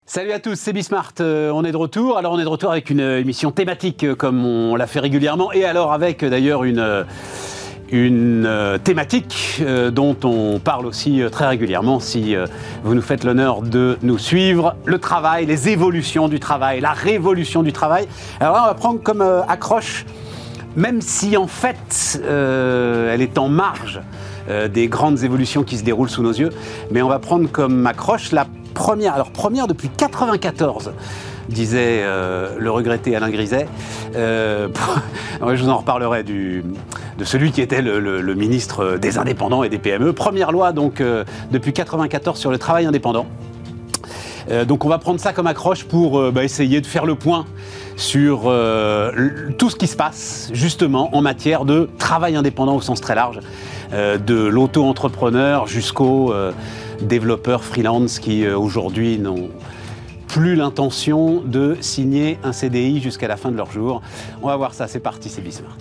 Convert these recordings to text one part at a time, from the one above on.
Salut à tous, c'est Bismart, on est de retour. Alors on est de retour avec une émission thématique comme on l'a fait régulièrement et alors avec d'ailleurs une thématique dont on parle aussi très régulièrement si vous nous faites l'honneur de nous suivre, le travail, les évolutions du travail, la révolution du travail. Alors là on va prendre comme accroche, même si en fait elle est en marge des grandes évolutions qui se déroulent sous nos yeux, mais on va prendre comme accroche la première depuis 1994, disait le regretté Alain Griset. Je vous en reparlerai de celui qui était le ministre des Indépendants et des PME. Première loi donc depuis 1994 sur le travail indépendant. Donc on va prendre ça comme accroche pour essayer de faire le point sur tout ce qui se passe justement en matière de travail indépendant au sens très large, de l'auto-entrepreneur jusqu'aux développeurs freelance qui aujourd'hui n'ont plus l'intention de signer un CDI jusqu'à la fin de leur jour. On va voir ça, c'est parti, c'est Bismart.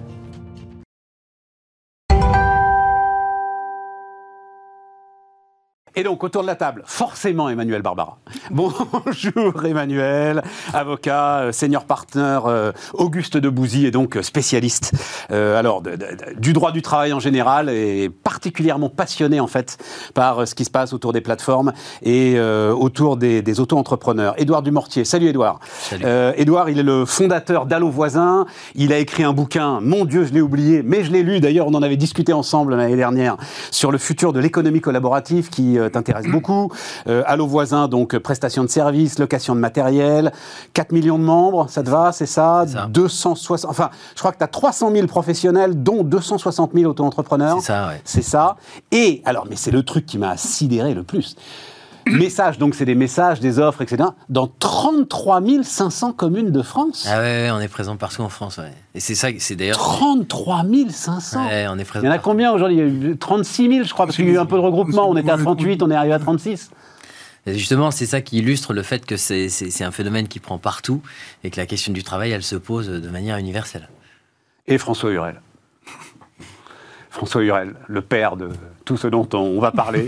Et donc, autour de la table, forcément Emmanuel Barbara. Bonjour Emmanuel, avocat, senior partner, Auguste Debouzy et donc spécialiste du droit du travail en général et particulièrement passionné en fait par ce qui se passe autour des plateformes et autour des auto-entrepreneurs. Édouard Dumortier, salut Édouard. Salut. Édouard, il est le fondateur d'Allo Voisin, il a écrit un bouquin, mon Dieu je l'ai oublié, mais je l'ai lu, d'ailleurs on en avait discuté ensemble l'année dernière, sur le futur de l'économie collaborative qui t'intéresse beaucoup. Allo Voisin, donc prestation de services, location de matériel, 4 millions de membres, ça te va, c'est ça, 260, enfin, je crois que tu as 300 000 professionnels, dont 260 000 auto-entrepreneurs. C'est ça, ouais. C'est ça. Et, alors, mais c'est le truc qui m'a sidéré le plus. Messages, donc c'est des messages, des offres, etc. dans 33 500 communes de France. Ah ouais, on est présent partout en France, ouais. Et c'est ça, c'est d'ailleurs... 33 500 Ouais, on est présent. Il y en a combien aujourd'hui? Il y a eu 36 000, je crois, parce qu'il y a eu un peu de regroupement. On était à 38, on est arrivé à 36. Et justement, c'est ça qui illustre le fait que c'est un phénomène qui prend partout et que la question du travail, elle se pose de manière universelle. Et François Hurel. François Hurel, le père de tout ce dont on va parler.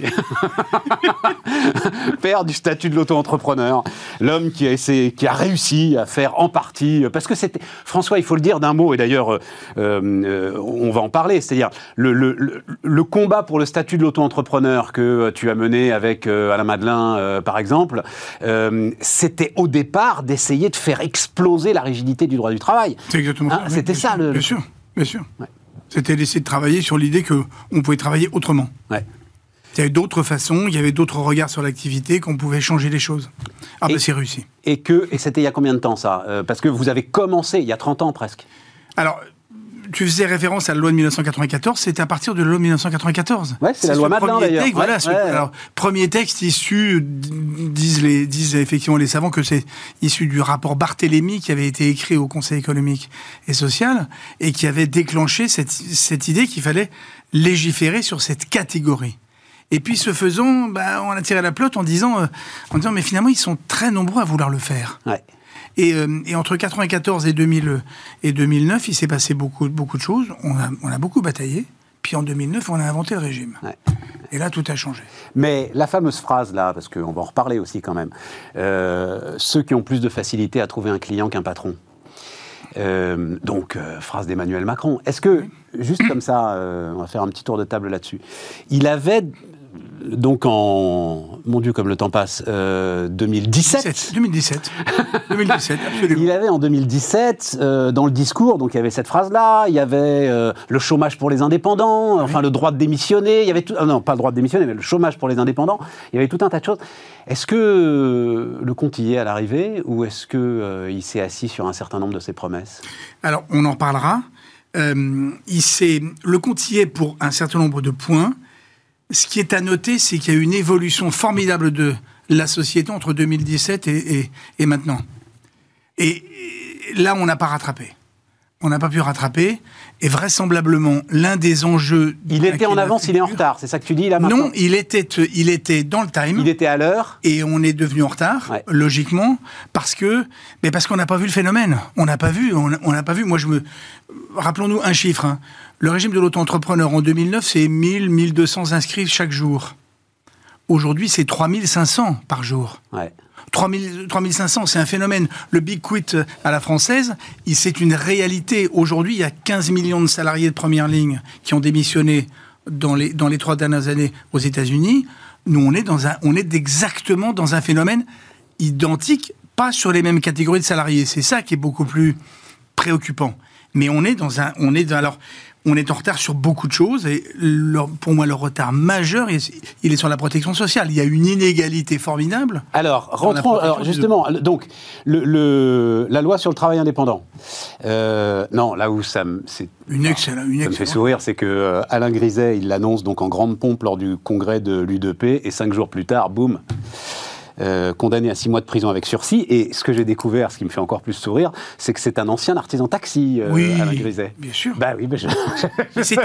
Père du statut de l'auto-entrepreneur. L'homme qui a réussi à faire en partie... Parce que c'était... François, il faut le dire d'un mot, et d'ailleurs, on va en parler. C'est-à-dire, le combat pour le statut de l'auto-entrepreneur que tu as mené avec Alain Madelin, par exemple, c'était au départ d'essayer de faire exploser la rigidité du droit du travail. C'est exactement ça. C'était ça, Bien sûr, bien sûr. Ouais. C'était d'essayer de travailler sur l'idée qu'on pouvait travailler autrement. Ouais. Il y avait d'autres façons, il y avait d'autres regards sur l'activité, qu'on pouvait changer les choses. Ah ben c'est réussi. Et c'était il y a combien de temps ça parce que vous avez commencé il y a 30 ans presque. Alors, tu faisais référence à la loi de 1994, c'était à partir de la loi de 1914. Ouais, c'est la loi Madelin d'ailleurs. Voilà, alors, premier texte issu, disent effectivement les savants que c'est issu du rapport Barthélemy qui avait été écrit au Conseil économique et social et qui avait déclenché cette idée qu'il fallait légiférer sur cette catégorie. Et puis, ce faisant, on a tiré la pelote en disant, mais finalement, ils sont très nombreux à vouloir le faire. Ouais. Et entre 1994 et 2009, il s'est passé beaucoup de choses. On a beaucoup bataillé. Puis en 2009, on a inventé le régime. Ouais. Et là, tout a changé. Mais la fameuse phrase là, parce qu'on va en reparler aussi quand même, ceux qui ont plus de facilité à trouver un client qu'un patron. Phrase d'Emmanuel Macron. Est-ce que, juste comme ça, on va faire un petit tour de table là-dessus, il avait... Donc mon Dieu, comme le temps passe, 2017, 2017, absolument. Il avait en 2017, dans le discours, donc il y avait cette phrase-là, il y avait le chômage pour les indépendants, enfin le droit de démissionner, il y avait tout, non, pas le droit de démissionner, mais le chômage pour les indépendants, il y avait tout un tas de choses. Est-ce que le compte y est à l'arrivée, ou est-ce qu'il s'est assis sur un certain nombre de ses promesses? Alors, on en reparlera. Le compte y est pour un certain nombre de points. Ce qui est à noter, c'est qu'il y a eu une évolution formidable de la société entre 2017 et maintenant. Et là, on n'a pas rattrapé. On n'a pas pu rattraper. Et vraisemblablement, l'un des enjeux... Il était en avance, il est en retard. C'est ça que tu dis là maintenant? Non, il était dans le time. Il était à l'heure. Et on est devenu en retard, ouais. Logiquement, parce qu'on n'a pas vu le phénomène. On n'a pas vu. Moi, rappelons-nous un chiffre. Hein. Le régime de l'auto-entrepreneur en 2009, c'est 1200 inscrits chaque jour. Aujourd'hui, c'est 3500 par jour. Ouais. 3500, c'est un phénomène. Le Big Quit à la française, c'est une réalité. Aujourd'hui, il y a 15 millions de salariés de première ligne qui ont démissionné dans les 3 dernières années aux États-Unis. Nous, on est exactement dans un phénomène identique, pas sur les mêmes catégories de salariés. C'est ça qui est beaucoup plus préoccupant. Mais on est en retard sur beaucoup de choses, et pour moi, le retard majeur, il est sur la protection sociale. Il y a une inégalité formidable. Alors, rentrons, justement, donc, la loi sur le travail indépendant. Non, là où ça me fait sourire, c'est que Alain Griset, il l'annonce donc en grande pompe lors du congrès de l'U2P, et 5 jours plus tard, boum, condamné à 6 mois de prison avec sursis. Et ce que j'ai découvert, ce qui me fait encore plus sourire, c'est que c'est un ancien artisan taxi, Alain Griset. Bien sûr. Bah oui, c'est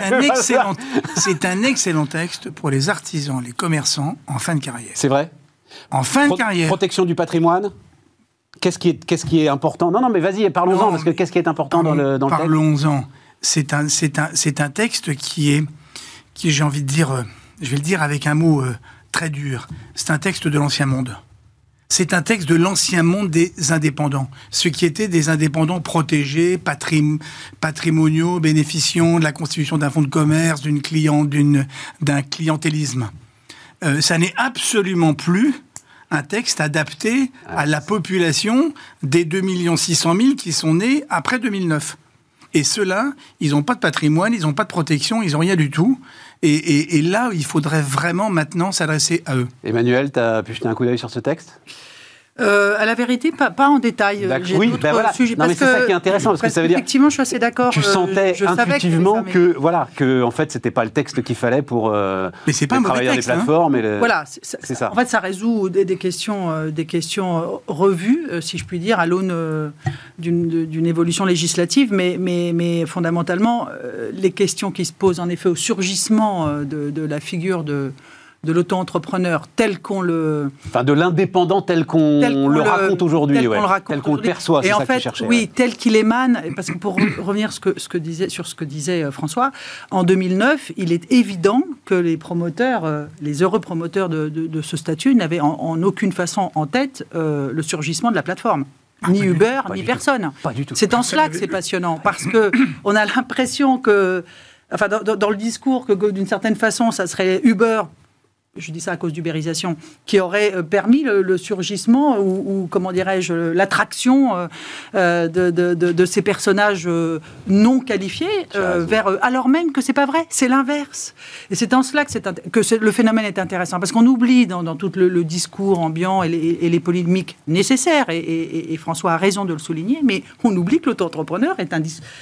un excellent texte pour les artisans, les commerçants en fin de carrière. C'est vrai. En fin de carrière. Protection du patrimoine. Qu'est-ce qui est important ? Non, mais vas-y, parlons-en, parce que qu'est-ce qui est important dans le texte ? Parlons-en. C'est un texte qui j'ai envie de dire, je vais le dire avec un mot très dur, c'est un texte de l'ancien monde. C'est un texte de l'ancien monde des indépendants. Ceux qui étaient des indépendants protégés, patrimoniaux, bénéficiant de la constitution d'un fonds de commerce, d'un clientélisme. Ça n'est absolument plus un texte adapté à la population des 2 600 000 qui sont nés après 2009. Et ceux-là, ils n'ont pas de patrimoine, ils n'ont pas de protection, ils n'ont rien du tout. Et là, il faudrait vraiment maintenant s'adresser à eux. Emmanuel, tu as pu jeter un coup d'œil sur ce texte ? À la vérité, pas en détail. J'ai voilà. Sujets. Non, mais c'est ça qui est intéressant, parce que ça veut dire... Effectivement, je suis assez d'accord. Tu sentais intuitivement que en fait, c'était pas le texte qu'il fallait pour mais c'est pas les travailleurs des plateformes. Hein. Voilà, c'est ça. En fait, ça résout des questions revues, si je puis dire, à l'aune d'une évolution législative, mais fondamentalement, les questions qui se posent en effet au surgissement de la figure de l'auto-entrepreneur tel qu'on le... Enfin, de l'indépendant tel qu'on le raconte aujourd'hui, tel qu'on le perçoit, c'est ça que tu cherchais. Oui, tel qu'il émane, parce que pour revenir sur ce que disait François, en 2009, il est évident que les promoteurs, les heureux promoteurs de ce statut n'avaient en aucune façon en tête le surgissement de la plateforme. Ni Uber, ni personne. Pas du tout. C'est en cela que c'est passionnant, parce qu'on a l'impression que... Enfin, dans le discours, que d'une certaine façon, ça serait Uber... Je dis ça à cause d'ubérisation, qui aurait permis le surgissement ou comment dirais-je, l'attraction de ces personnages non qualifiés alors même que c'est pas vrai, c'est l'inverse. Et c'est en cela que le phénomène est intéressant, parce qu'on oublie dans tout le discours ambiant et les polémiques nécessaires, et François a raison de le souligner, mais on oublie que l'auto-entrepreneur est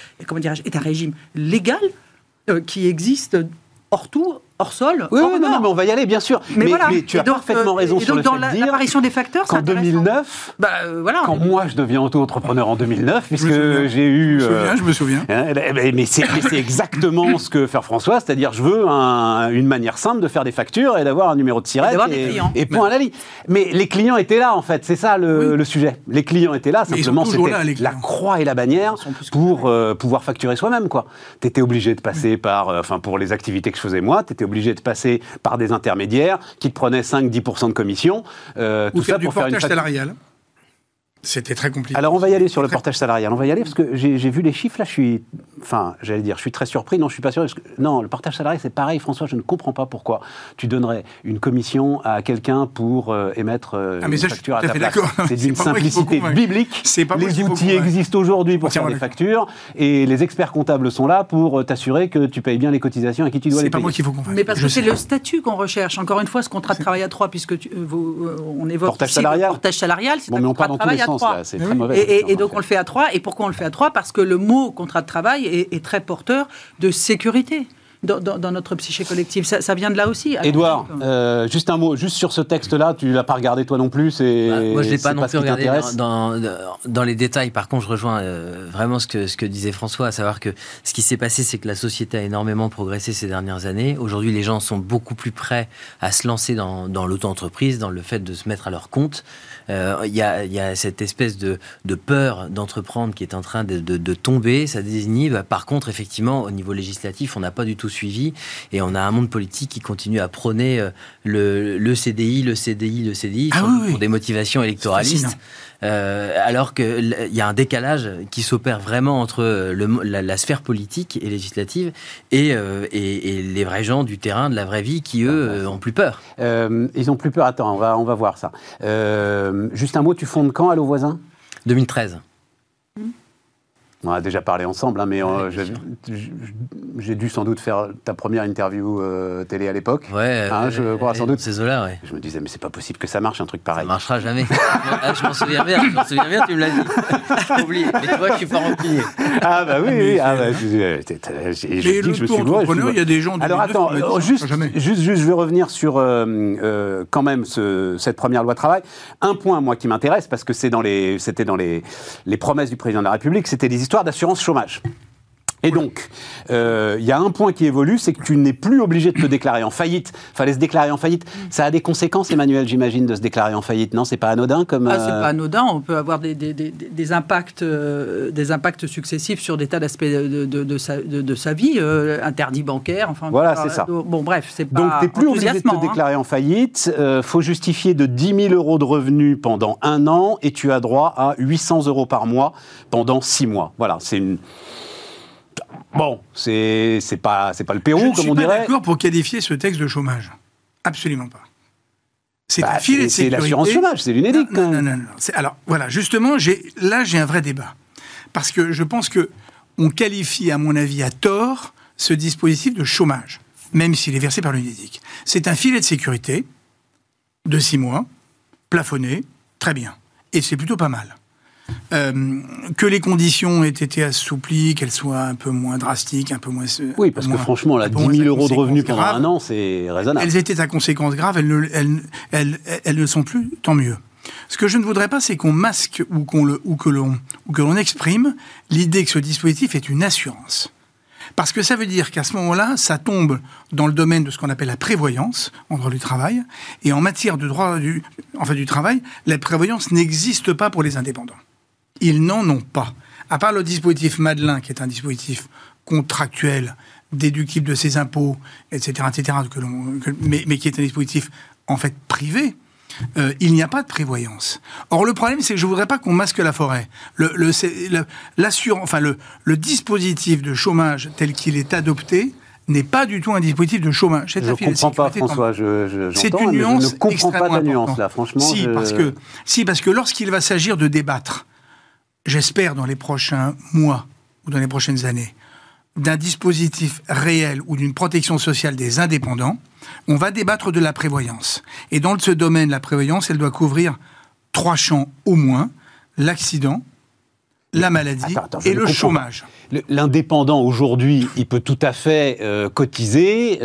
un régime légal qui existe hors sol, oui, mais on va y aller, bien sûr. Mais tu as parfaitement raison sur le fait de dire l'apparition des facteurs, qu'en 2009, quand moi je deviens auto-entrepreneur en 2009, puisque j'ai eu... Je me souviens. Mais c'est exactement ce que fait François, c'est-à-dire je veux une manière simple de faire des factures et d'avoir un numéro de SIRET et point à la ligne. Mais les clients étaient là, en fait, c'est ça le sujet. Les clients étaient là, simplement c'était la croix et la bannière pour pouvoir facturer soi-même, quoi. T'étais obligé de passer par... pour les activités que je faisais moi, t'étais obligé de passer par des intermédiaires qui te prenaient 5-10% de commission. Ou faire du portage salarial. C'était très compliqué. Alors on va y aller sur le portage salarial. On va y aller parce que j'ai vu les chiffres là. Je suis très surpris. Non, je suis pas sûr. Non, le portage salarial c'est pareil. François, je ne comprends pas pourquoi tu donnerais une commission à quelqu'un pour émettre une facture à ta place. C'est d'une simplicité biblique. Les outils existent aujourd'hui pour faire des factures et les experts comptables sont là pour t'assurer que tu payes bien les cotisations à qui tu dois les payer. C'est pas moi qu'il faut convaincre. Mais parce que c'est le statut qu'on recherche. Encore une fois, ce contrat de travail à 3, puisque on évoque portage salarial. Portage salarial, c'est un contrat de travail à 3. Là, c'est très mauvais. Et donc on le fait à 3. Et pourquoi on le fait à 3 ? Parce que le mot contrat de travail est très porteur de sécurité dans notre psyché collective. Ça vient de là aussi. Édouard, juste un mot, juste sur ce texte-là, tu ne l'as pas regardé toi non plus, moi je ne l'ai pas non plus regardé dans les détails. Par contre, je rejoins vraiment ce que disait François, à savoir que ce qui s'est passé, c'est que la société a énormément progressé ces dernières années. Aujourd'hui, les gens sont beaucoup plus prêts à se lancer dans l'auto-entreprise, dans le fait de se mettre à leur compte. Il y a cette espèce de peur d'entreprendre qui est en train de tomber, ça désinhibe. Par contre, effectivement, au niveau législatif, on n'a pas du tout suivi. Et on a un monde politique qui continue à prôner le CDI, pour des motivations électoralistes. Alors qu'il y a un décalage qui s'opère vraiment entre la sphère politique et législative et les vrais gens du terrain, de la vraie vie, qui, eux, ont plus peur. Ils ont plus peur. Attends, on va voir ça. Juste un mot, tu fondes quand, Allo Voisin ? 2013. On a déjà parlé ensemble, mais j'ai dû sans doute faire ta première interview télé à l'époque. Ouais, je crois sans doute. Ces eaux-là, ouais. Je me disais, mais c'est pas possible que ça marche, un truc pareil. Ça marchera jamais. Je m'en souviens bien, tu me l'as dit. J'ai oublié. Mais tu vois, je suis pas rancunier. Ah bah oui. Mais l'auto-entrepreneur, il y a des gens... Alors attends, juste, je vais revenir sur quand même cette première loi travail. Un point, moi, qui m'intéresse, parce que c'était dans les promesses du président de la République, c'était les histoires d'assurance chômage. Et donc, il y a un point qui évolue, c'est que tu n'es plus obligé de te déclarer en faillite. Il fallait se déclarer en faillite. Ça a des conséquences, Emmanuel, j'imagine, de se déclarer en faillite. Non, c'est pas anodin comme... c'est pas anodin. On peut avoir des impacts successifs sur des tas d'aspects de sa vie, interdit bancaire, enfin... Voilà, c'est ça. Bon, bref, c'est pas... Donc, tu n'es plus obligé de te déclarer en faillite. Faut justifier de 10 000 € de revenus pendant 1 an et tu as droit à 800 € par mois pendant 6 mois. Voilà, c'est une... Bon, c'est pas le Pérou, comme on dirait. Je suis pas d'accord pour qualifier ce texte de chômage. Absolument pas. C'est un filet de sécurité. C'est l'assurance chômage, c'est l'UNEDIC. Non. Alors, voilà, justement, j'ai un vrai débat. Parce que je pense qu'on qualifie, à mon avis, à tort, ce dispositif de chômage, même s'il est versé par l'UNEDIC. C'est un filet de sécurité de 6 mois, plafonné, très bien. Et c'est plutôt pas mal. Que les conditions aient été assouplies, qu'elles soient un peu moins drastiques, un peu moins... Oui, parce que franchement, là, 10 000 € de revenus pendant 1 an, c'est raisonnable. Elles étaient à conséquences graves, elles ne sont plus, tant mieux. Ce que je ne voudrais pas, c'est qu'on masque ou que l'on exprime l'idée que ce dispositif est une assurance. Parce que ça veut dire qu'à ce moment-là, ça tombe dans le domaine de ce qu'on appelle la prévoyance, en droit du travail. Et en matière de droit du travail, la prévoyance n'existe pas pour les indépendants. Ils n'en ont pas. À part le dispositif Madelin, qui est un dispositif contractuel, déductible de ses impôts, etc., mais qui est un dispositif, en fait, privé, il n'y a pas de prévoyance. Or, le problème, c'est que je ne voudrais pas qu'on masque la forêt. Le dispositif de chômage tel qu'il est adopté n'est pas du tout un dispositif de chômage. Je ne comprends pas, François. C'est une nuance je ne comprends pas la nuance, là, franchement. Parce que lorsqu'il va s'agir de débattre, j'espère dans les prochains mois ou dans les prochaines années, d'un dispositif réel ou d'une protection sociale des indépendants, on va débattre de la prévoyance. Et dans ce domaine, la prévoyance, elle doit couvrir 3 champs au moins: l'accident, la maladie et le chômage. L'indépendant, aujourd'hui, il peut tout à fait cotiser...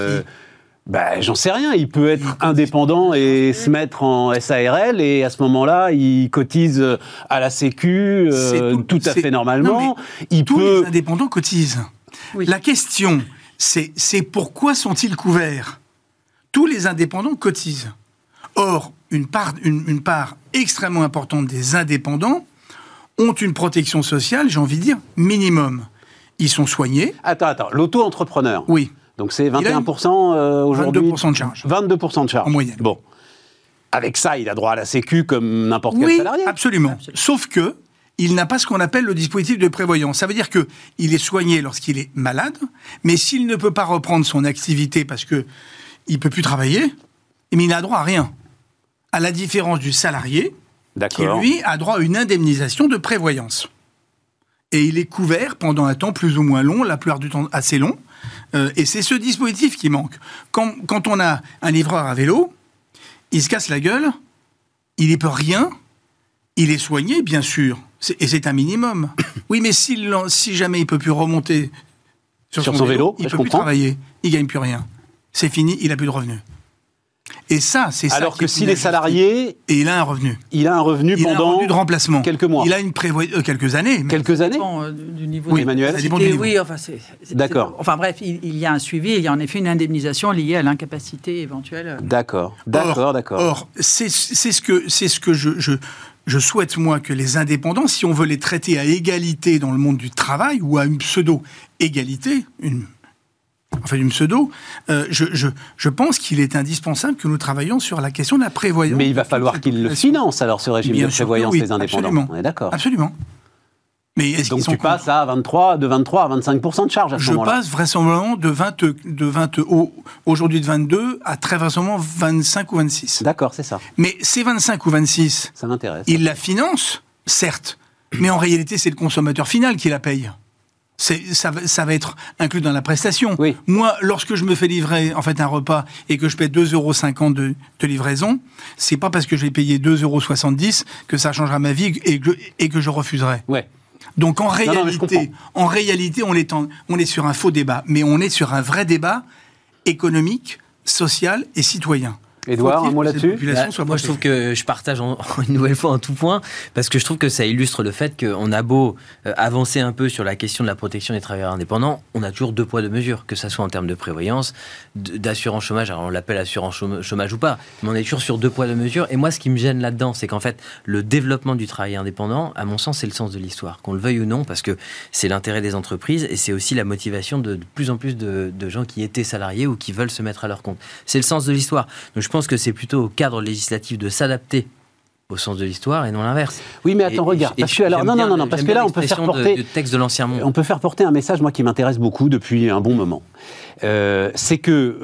j'en sais rien. Il peut être indépendant et se mettre en SARL et à ce moment-là, il cotise à la Sécu tout à fait normalement. Tous les indépendants cotisent. Oui. La question, c'est pourquoi sont-ils couverts ? Tous les indépendants cotisent. Or, une part extrêmement importante des indépendants ont une protection sociale, j'ai envie de dire, minimum. Ils sont soignés. Attends. L'auto-entrepreneur. Oui. Donc c'est 21% aujourd'hui. 22% de charge. 22% de charge. En moyenne. Bon. Avec ça, il a droit à la Sécu comme n'importe quel salarié. Oui, absolument. Sauf que il n'a pas ce qu'on appelle le dispositif de prévoyance. Ça veut dire qu'il est soigné lorsqu'il est malade, mais s'il ne peut pas reprendre son activité parce qu'il ne peut plus travailler, mais il n'a droit à rien. À la différence du salarié, qui lui a droit à une indemnisation de prévoyance. Et il est couvert pendant un temps plus ou moins long, la plupart du temps assez long. Et c'est ce dispositif qui manque. Quand on a un livreur à vélo, il se casse la gueule, il n'y peut rien, il est soigné, bien sûr, et c'est un minimum. Oui, mais si jamais il ne peut plus remonter sur son vélo, il ne peut plus travailler, il ne gagne plus rien. C'est fini, il n'a plus de revenus. Et ça, c'est ça. Alors que s'il est salarié... Et il a un revenu. Il a un revenu pendant... Il a un revenu de remplacement. Quelques mois. Il a une quelques années. Quelques années du niveau oui, Emmanuel. Ça dépend du niveau. Oui, enfin, D'accord. Enfin bref, il y a un suivi et il y a en effet une indemnisation liée à l'incapacité éventuelle. D'accord. Or, c'est ce que je souhaite, moi, que les indépendants, si on veut les traiter à égalité dans le monde du travail, ou à une pseudo-égalité, enfin du pseudo, je pense qu'il est indispensable que nous travaillions sur la question de la prévoyance. Mais il va falloir qu'il le finance, alors, ce régime de prévoyance des indépendants. Absolument. On est d'accord. Absolument. Mais donc tu passes de 23 à 25% de charge à ce moment-là. Je passe vraisemblablement aujourd'hui de 22 à très vraisemblablement 25 ou 26. D'accord, c'est ça. Mais ces 25 ou 26, ça m'intéresse. Il la finance, certes, mais en réalité, c'est le consommateur final qui la paye. Ça va être inclus dans la prestation. Oui. Moi, lorsque je me fais livrer en fait un repas et que je paie 2,50 € de livraison, c'est pas parce que je vais payer 2,70 € que ça changera ma vie et que je refuserai. Ouais. Donc en réalité, on est sur un faux débat, mais on est sur un vrai débat économique, social et citoyen. Édouard, un mot là-dessus ? Moi, je trouve que je partage une nouvelle fois en tout point, parce que je trouve que ça illustre le fait qu'on a beau avancer un peu sur la question de la protection des travailleurs indépendants, on a toujours deux poids, deux mesures, que ça soit en termes de prévoyance, d'assurance chômage, alors on l'appelle assurance chômage ou pas, mais on est toujours sur deux poids, deux mesures. Et moi, ce qui me gêne là-dedans, c'est qu'en fait, le développement du travail indépendant, à mon sens, c'est le sens de l'histoire, qu'on le veuille ou non, parce que c'est l'intérêt des entreprises et c'est aussi la motivation de plus en plus de gens qui étaient salariés ou qui veulent se mettre à leur compte. C'est le sens de l'histoire. Donc je pense que c'est plutôt au cadre législatif de s'adapter au sens de l'histoire et non l'inverse. Oui, mais attends, regarde, parce que alors non, parce que là on peut faire porter du texte de l'Ancien Monde. On peut faire porter un message, moi, qui m'intéresse beaucoup depuis un bon moment. C'est que,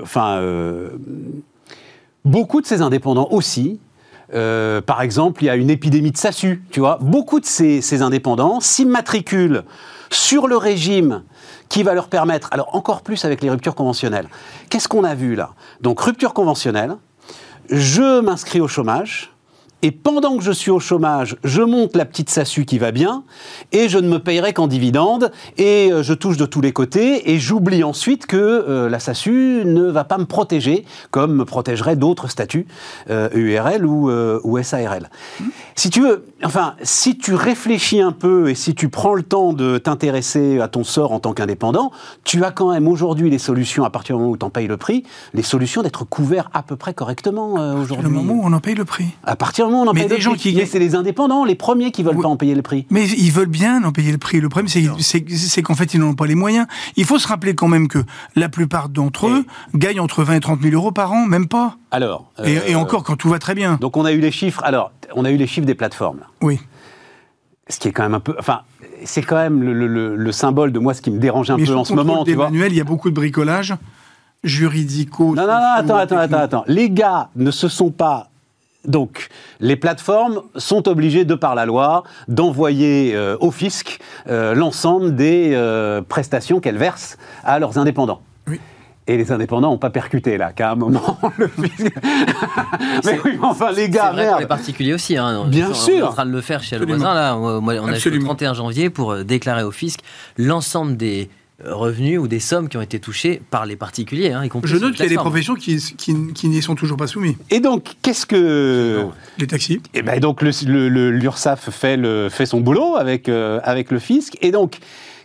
beaucoup de ces indépendants aussi. Par exemple, il y a une épidémie de SASU, tu vois. Beaucoup de ces indépendants s'immatriculent sur le régime qui va leur permettre, alors encore plus avec les ruptures conventionnelles. Qu'est-ce qu'on a vu là ? Donc, rupture conventionnelle, je m'inscris au chômage, et pendant que je suis au chômage, je monte la petite SASU qui va bien, et je ne me payerai qu'en dividendes, et je touche de tous les côtés, et j'oublie ensuite que la SASU ne va pas me protéger, comme me protégeraient d'autres statuts, URL ou SARL. Si tu veux, si tu réfléchis un peu, et si tu prends le temps de t'intéresser à ton sort en tant qu'indépendant, tu as quand même aujourd'hui les solutions, à partir du moment où tu en payes le prix, les solutions d'être couvert à peu près correctement aujourd'hui. Le moment où on en paye le prix. À partir du moment où on en paye le prix. Mais c'est les indépendants, les premiers qui veulent pas en payer le prix. Mais ils veulent bien en payer le prix. Le problème, c'est qu'en fait, ils n'en ont pas les moyens. Il faut se rappeler quand même que la plupart d'entre eux gagnent entre 20 et 30 000 € par an, même pas. Alors, et encore, quand tout va très bien. Donc on a eu les chiffres. Alors, on a eu les chiffres des plateformes. Là. Oui. Ce qui est quand même un peu... c'est quand même le symbole de moi, ce qui me dérange un peu en ce moment, tu vois. Manuel, il y a beaucoup de bricolage juridico... Non, attends. Les gars ne se sont pas... Donc, les plateformes sont obligées, de par la loi, d'envoyer au fisc l'ensemble des prestations qu'elles versent à leurs indépendants. Oui. Et les indépendants n'ont pas percuté, là, qu'à un moment, le fisc... Mais oui, les gars, c'est vrai pour les particuliers aussi. Hein. Bien sûr. On est en train de le faire chez le voisin, là. On a jusqu'au 31 janvier pour déclarer au fisc l'ensemble des revenus ou des sommes qui ont été touchées par les particuliers, y compris. Je note qu'il y a des professions qui n'y sont toujours pas soumises. Et donc, qu'est-ce que... Les taxis. Et bien, donc, l'URSSAF fait son boulot avec le fisc. Et donc,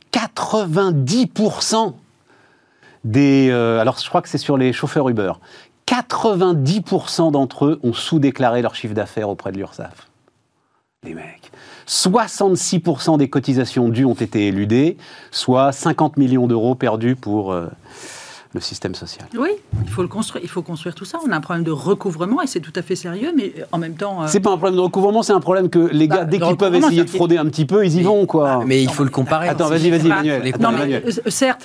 90% des... alors, je crois que c'est sur les chauffeurs Uber. 90% d'entre eux ont sous-déclaré leur chiffre d'affaires auprès de l'URSSAF. Les mecs. 66% des cotisations dues ont été éludées, soit 50 millions d'euros perdus pour le système social. Oui, il faut construire tout ça. On a un problème de recouvrement et c'est tout à fait sérieux, mais en même temps... C'est pas un problème de recouvrement, c'est un problème que les gars, dès qu'ils peuvent essayer de frauder un petit peu, ils y vont, quoi. Mais il faut le comparer. Attends, vas-y, Manuel. Certes,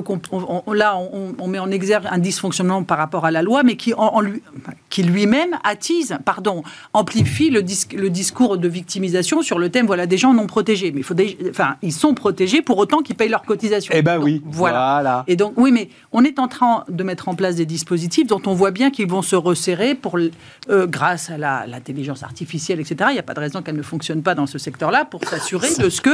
on met en exergue un dysfonctionnement par rapport à la loi, mais qui lui-même amplifie le discours de victimisation sur le thème, voilà, des gens non protégés. Mais ils sont protégés pour autant qu'ils payent leurs cotisations. Eh ben oui, voilà. Et donc, oui, mais on est en train de mettre en place des dispositifs dont on voit bien qu'ils vont se resserrer grâce à l'intelligence artificielle, etc. Il n'y a pas de raison qu'elle ne fonctionne pas dans ce secteur-là pour s'assurer de ce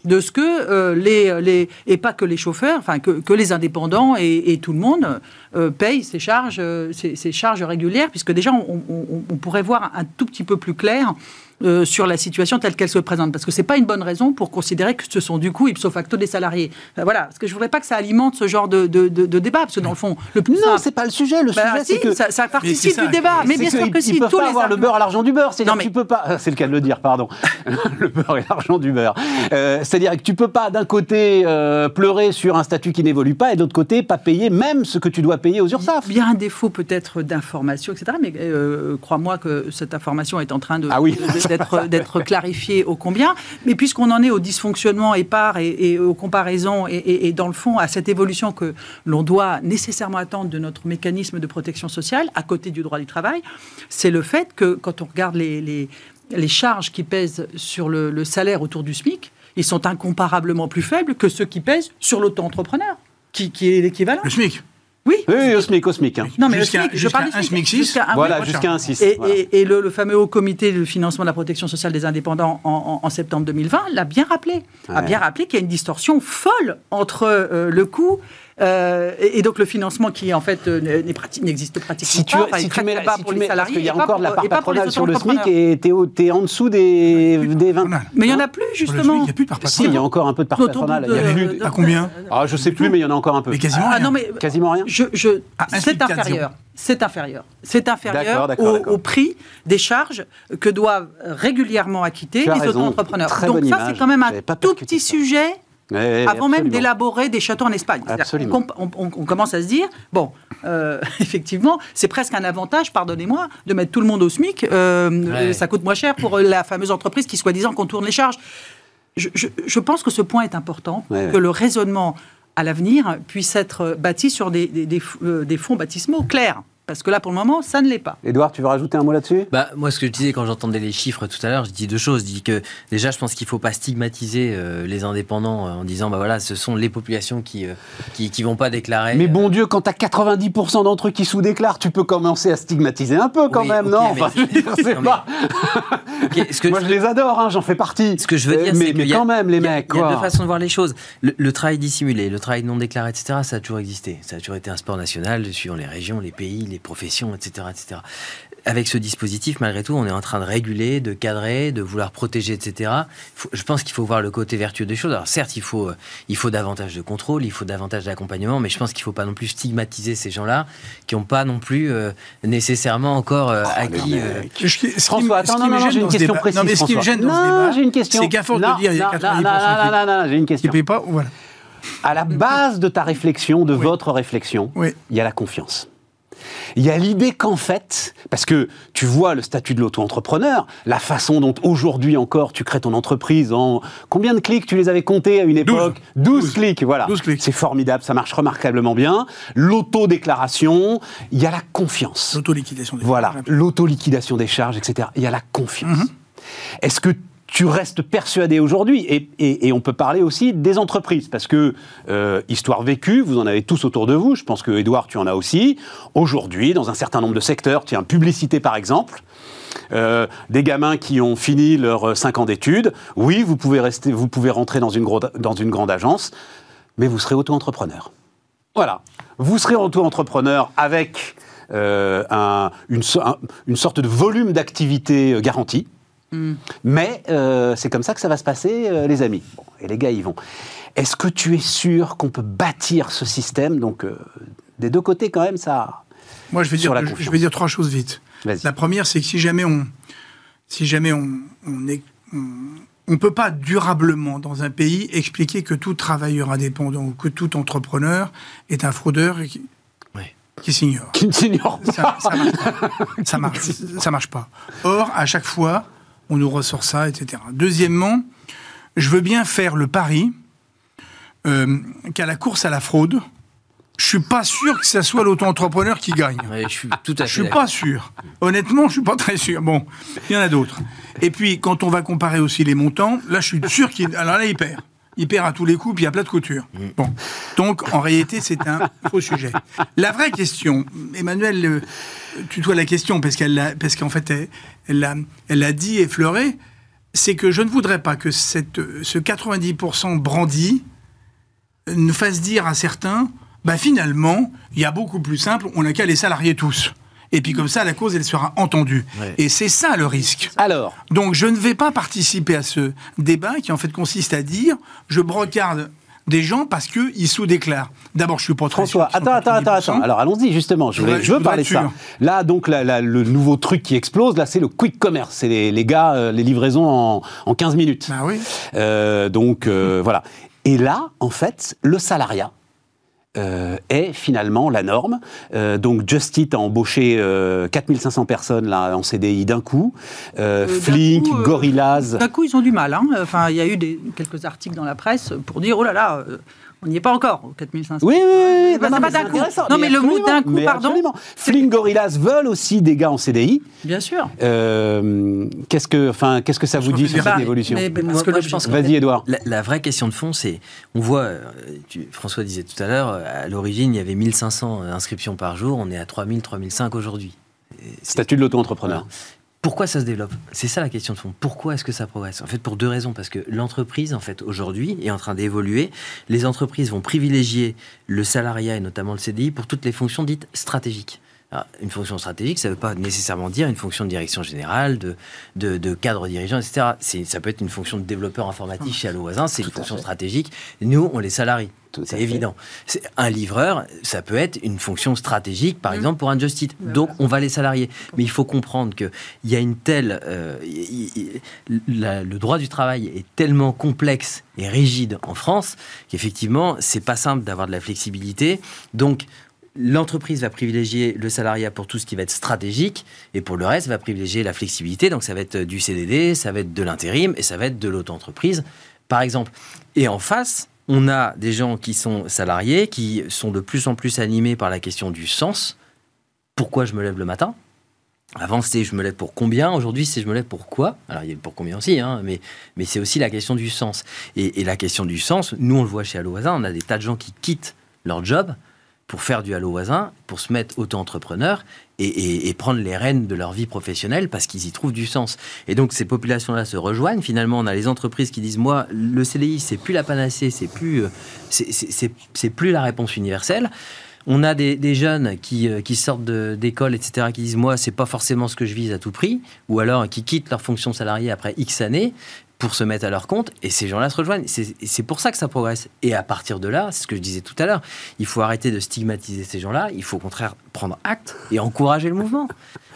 que et pas que les chauffeurs, que les indépendants et tout le monde payent ces charges régulières, puisque déjà on pourrait voir un tout petit peu plus clair sur la situation telle qu'elle se présente. Parce que ce n'est pas une bonne raison pour considérer que ce sont du coup ipso facto des salariés. Voilà, parce que je ne voudrais pas que ça alimente ce genre de débat, parce que dans le fond, le plus simple... Non, c'est pas le sujet. Le sujet, c'est que... Ça participe du débat. Mais bien sûr que si. Ils peuvent pas avoir le beurre à l'argent du beurre. C'est-à-dire que tu peux pas... C'est le cas de le dire, pardon. Le beurre et l'argent du beurre. C'est-à-dire que tu peux pas, d'un côté, pleurer sur un statut qui n'évolue pas, et de l'autre côté, pas payer même ce que tu dois payer aux URSSAF. Il y a un défaut peut-être d'information, etc. Mais crois-moi que cette information est en train d'être clarifiée ô combien. Mais puisqu'on en est au dysfonctionnement épars et aux comparaisons et dans le fond à cette évolution que l'on doit nécessairement attendre de notre mécanisme de protection sociale, à côté du droit du travail, c'est le fait que quand on regarde les charges qui pèsent sur le salaire autour du SMIC, ils sont incomparablement plus faibles que ceux qui pèsent sur l'auto-entrepreneur, qui est l'équivalent. Le SMIC. Oui, au SMIC. Hein. Non, mais je parle du SMIC 6. Jusqu'à un 6. Et le fameux Haut Comité de financement de la protection sociale des indépendants en septembre 2020 l'a bien rappelé. A bien rappelé qu'il y a une distorsion folle entre le coût et donc le financement qui en fait n'existe pratiquement pas. Si tu mets parce qu'il y a encore de la part patronale sur le SMIC et t'es en dessous des 20. Mais il n'y en a plus justement. Il n'y a plus de part patronale. Si, il y a encore un peu de part patronale. À combien? Je ne sais plus, mais il y en a encore un peu. Mais quasiment rien. Quasiment rien. C'est inférieur. C'est inférieur au prix des charges que doivent régulièrement acquitter les auto-entrepreneurs. Donc ça, c'est quand même un tout petit sujet avant même d'élaborer des châteaux en Espagne. On commence à se dire, effectivement, c'est presque un avantage, pardonnez-moi, de mettre tout le monde au SMIC. Ça coûte moins cher pour la fameuse entreprise qui, soi-disant, contourne les charges. Je pense que ce point est important, que le raisonnement à l'avenir puisse être bâti sur des fonds baptismaux clairs. Parce que là, pour le moment, ça ne l'est pas. Édouard, tu veux rajouter un mot là-dessus ? Moi, ce que je disais quand j'entendais les chiffres tout à l'heure, je dis deux choses. Je dis que déjà, je pense qu'il ne faut pas stigmatiser les indépendants en disant, ce sont les populations qui vont pas déclarer. Mais bon Dieu, quand tu as 90% d'entre eux qui sous-déclarent, tu peux commencer à stigmatiser un peu quand même, non ? Moi, je les adore, j'en fais partie. Ce que je veux dire, c'est mais quand même, les mecs, il y a deux façons de voir les choses. Le travail dissimulé, le travail non déclaré, etc., ça a toujours existé. Ça a toujours été un sport national, suivant les régions, les pays, les professions, etc., etc. Avec ce dispositif, malgré tout, on est en train de réguler, de cadrer, de vouloir protéger, etc. Je pense qu'il faut voir le côté vertueux des choses. Alors certes, il faut davantage de contrôle, il faut davantage d'accompagnement, mais je pense qu'il ne faut pas non plus stigmatiser ces gens-là qui n'ont pas non plus nécessairement encore acquis... François, attends, j'ai une question précise. Non, mais ce qui me gêne dans ce débat, j'ai une question. C'est qu'à force de dire il y a 90% j'ai une question. qui ne payent pas, voilà. À la base de ta réflexion, de votre réflexion, il y a la confiance. Il y a l'idée qu'en fait, parce que tu vois le statut de l'auto-entrepreneur, la façon dont aujourd'hui encore tu crées ton entreprise en... Combien de clics tu les avais comptés à une époque ? 12 clics, voilà. 12 clics. C'est formidable, ça marche remarquablement bien. L'autodéclaration, il y a la confiance. L'autoliquidation des charges. Voilà, l'autoliquidation des charges, etc. Il y a la confiance. Est-ce que tu restes persuadé aujourd'hui, et on peut parler aussi des entreprises, parce que histoire vécue, vous en avez tous autour de vous, je pense que Édouard, tu en as aussi. Aujourd'hui, dans un certain nombre de secteurs, tiens, publicité par exemple, des gamins qui ont fini leurs 5 ans d'études, oui, vous pouvez rentrer dans une grande agence, mais vous serez auto-entrepreneur. Voilà, vous serez auto-entrepreneur avec une sorte de volume d'activité garanti. Mais c'est comme ça que ça va se passer, les amis. Bon, et les gars, ils vont. Est-ce que tu es sûr qu'on peut bâtir ce système ? Donc, des deux côtés, quand même, ça... Moi, je vais dire 3 choses vite. Vas-y. La première, c'est que si jamais on peut pas durablement, dans un pays, expliquer que tout travailleur indépendant ou que tout entrepreneur est un fraudeur et qui s'ignore. Qui ne s'ignore pas. Ça marche pas. Or, à chaque fois... on nous ressort ça, etc. Deuxièmement, je veux bien faire le pari qu'à la course à la fraude, je suis pas sûr que ça soit l'auto-entrepreneur qui gagne. Oui, je suis tout à fait Je suis pas sûr. Honnêtement, je suis pas très sûr. Bon, il y en a d'autres. Et puis, quand on va comparer aussi les montants, là, je suis sûr alors là, il perd. Il perd à tous les coups, puis il y a plat de couture. Bon. Donc, en réalité, c'est un faux sujet. La vraie question, Emmanuel tutoie la question, parce qu'en fait, elle l'a dit, effleuré, c'est que je ne voudrais pas que ce 90% brandi nous fasse dire à certains, finalement, il y a beaucoup plus simple, on n'a qu'à les salarier tous. Et puis comme ça, la cause, elle sera entendue. Ouais. Et c'est ça le risque. Alors, donc je ne vais pas participer à ce débat qui en fait consiste à dire je brocarde des gens parce qu'ils sous-déclarent. D'abord, je suis pas très François, attends. Alors allons-y justement. Je veux parler de ça. Là, donc, le nouveau truc qui explose, là, c'est le quick commerce. C'est les gars, les livraisons en 15 minutes. Ah oui. Voilà. Et là, en fait, le salariat est finalement la norme. Donc Just Eat a embauché 4500 personnes là, en CDI d'un coup. Flink, Gorillaz... D'un coup, ils ont du mal. Enfin, il y a eu quelques articles dans la presse pour dire « Oh là là, on n'y est pas encore, aux 4500. » Oui. C'est pas d'un coup. Non, mais le mot d'un coup, pardon. Absolument. Flink, Gorillaz veulent aussi des gars en CDI. Bien sûr. Qu'est-ce que ça vous dit sur cette évolution? Vas-y, Édouard. La vraie question de fond, c'est, on voit, François disait tout à l'heure, à l'origine, il y avait 1500 inscriptions par jour, on est à 3000, 3005 aujourd'hui. Statut de l'auto-entrepreneur. Voilà. Pourquoi ça se développe? C'est ça la question de fond. Pourquoi est-ce que ça progresse? En fait, pour deux raisons. Parce que l'entreprise, en fait, aujourd'hui, est en train d'évoluer. Les entreprises vont privilégier le salariat et notamment le CDI pour toutes les fonctions dites stratégiques. Alors, une fonction stratégique, ça ne veut pas nécessairement dire une fonction de direction générale, de cadre dirigeant, etc. Ça peut être une fonction de développeur informatique chez Allo Voisin, c'est une fonction stratégique. Nous, on les salarie. C'est évident. Un livreur, ça peut être une fonction stratégique, par exemple, pour un Just Eat. Donc, on va les salarier. Mais il faut comprendre qu'il y a une telle... le droit du travail est tellement complexe et rigide en France qu'effectivement, c'est pas simple d'avoir de la flexibilité. Donc, l'entreprise va privilégier le salariat pour tout ce qui va être stratégique et pour le reste, va privilégier la flexibilité. Donc, ça va être du CDD, ça va être de l'intérim et ça va être de l'auto-entreprise, par exemple. Et en face, on a des gens qui sont salariés, qui sont de plus en plus animés par la question du sens. Pourquoi je me lève le matin? Avant, c'était je me lève pour combien? Aujourd'hui, c'est je me lève pour quoi? Alors, il y a le pour combien aussi, mais c'est aussi la question du sens. Et la question du sens, nous, on le voit chez Allo Voisin, on a des tas de gens qui quittent leur job pour faire du Allo Voisin, pour se mettre auto-entrepreneur et prendre les rênes de leur vie professionnelle parce qu'ils y trouvent du sens. Et donc, ces populations-là se rejoignent. Finalement, on a les entreprises qui disent, moi, le CDI, c'est plus la panacée, c'est plus la réponse universelle. On a des jeunes qui sortent d'école, etc., qui disent, moi, c'est pas forcément ce que je vise à tout prix, ou alors qui quittent leur fonction salariée après X années pour se mettre à leur compte, et ces gens-là se rejoignent. C'est pour ça que ça progresse. Et à partir de là, c'est ce que je disais tout à l'heure, il faut arrêter de stigmatiser ces gens-là, il faut au contraire prendre acte et encourager le mouvement.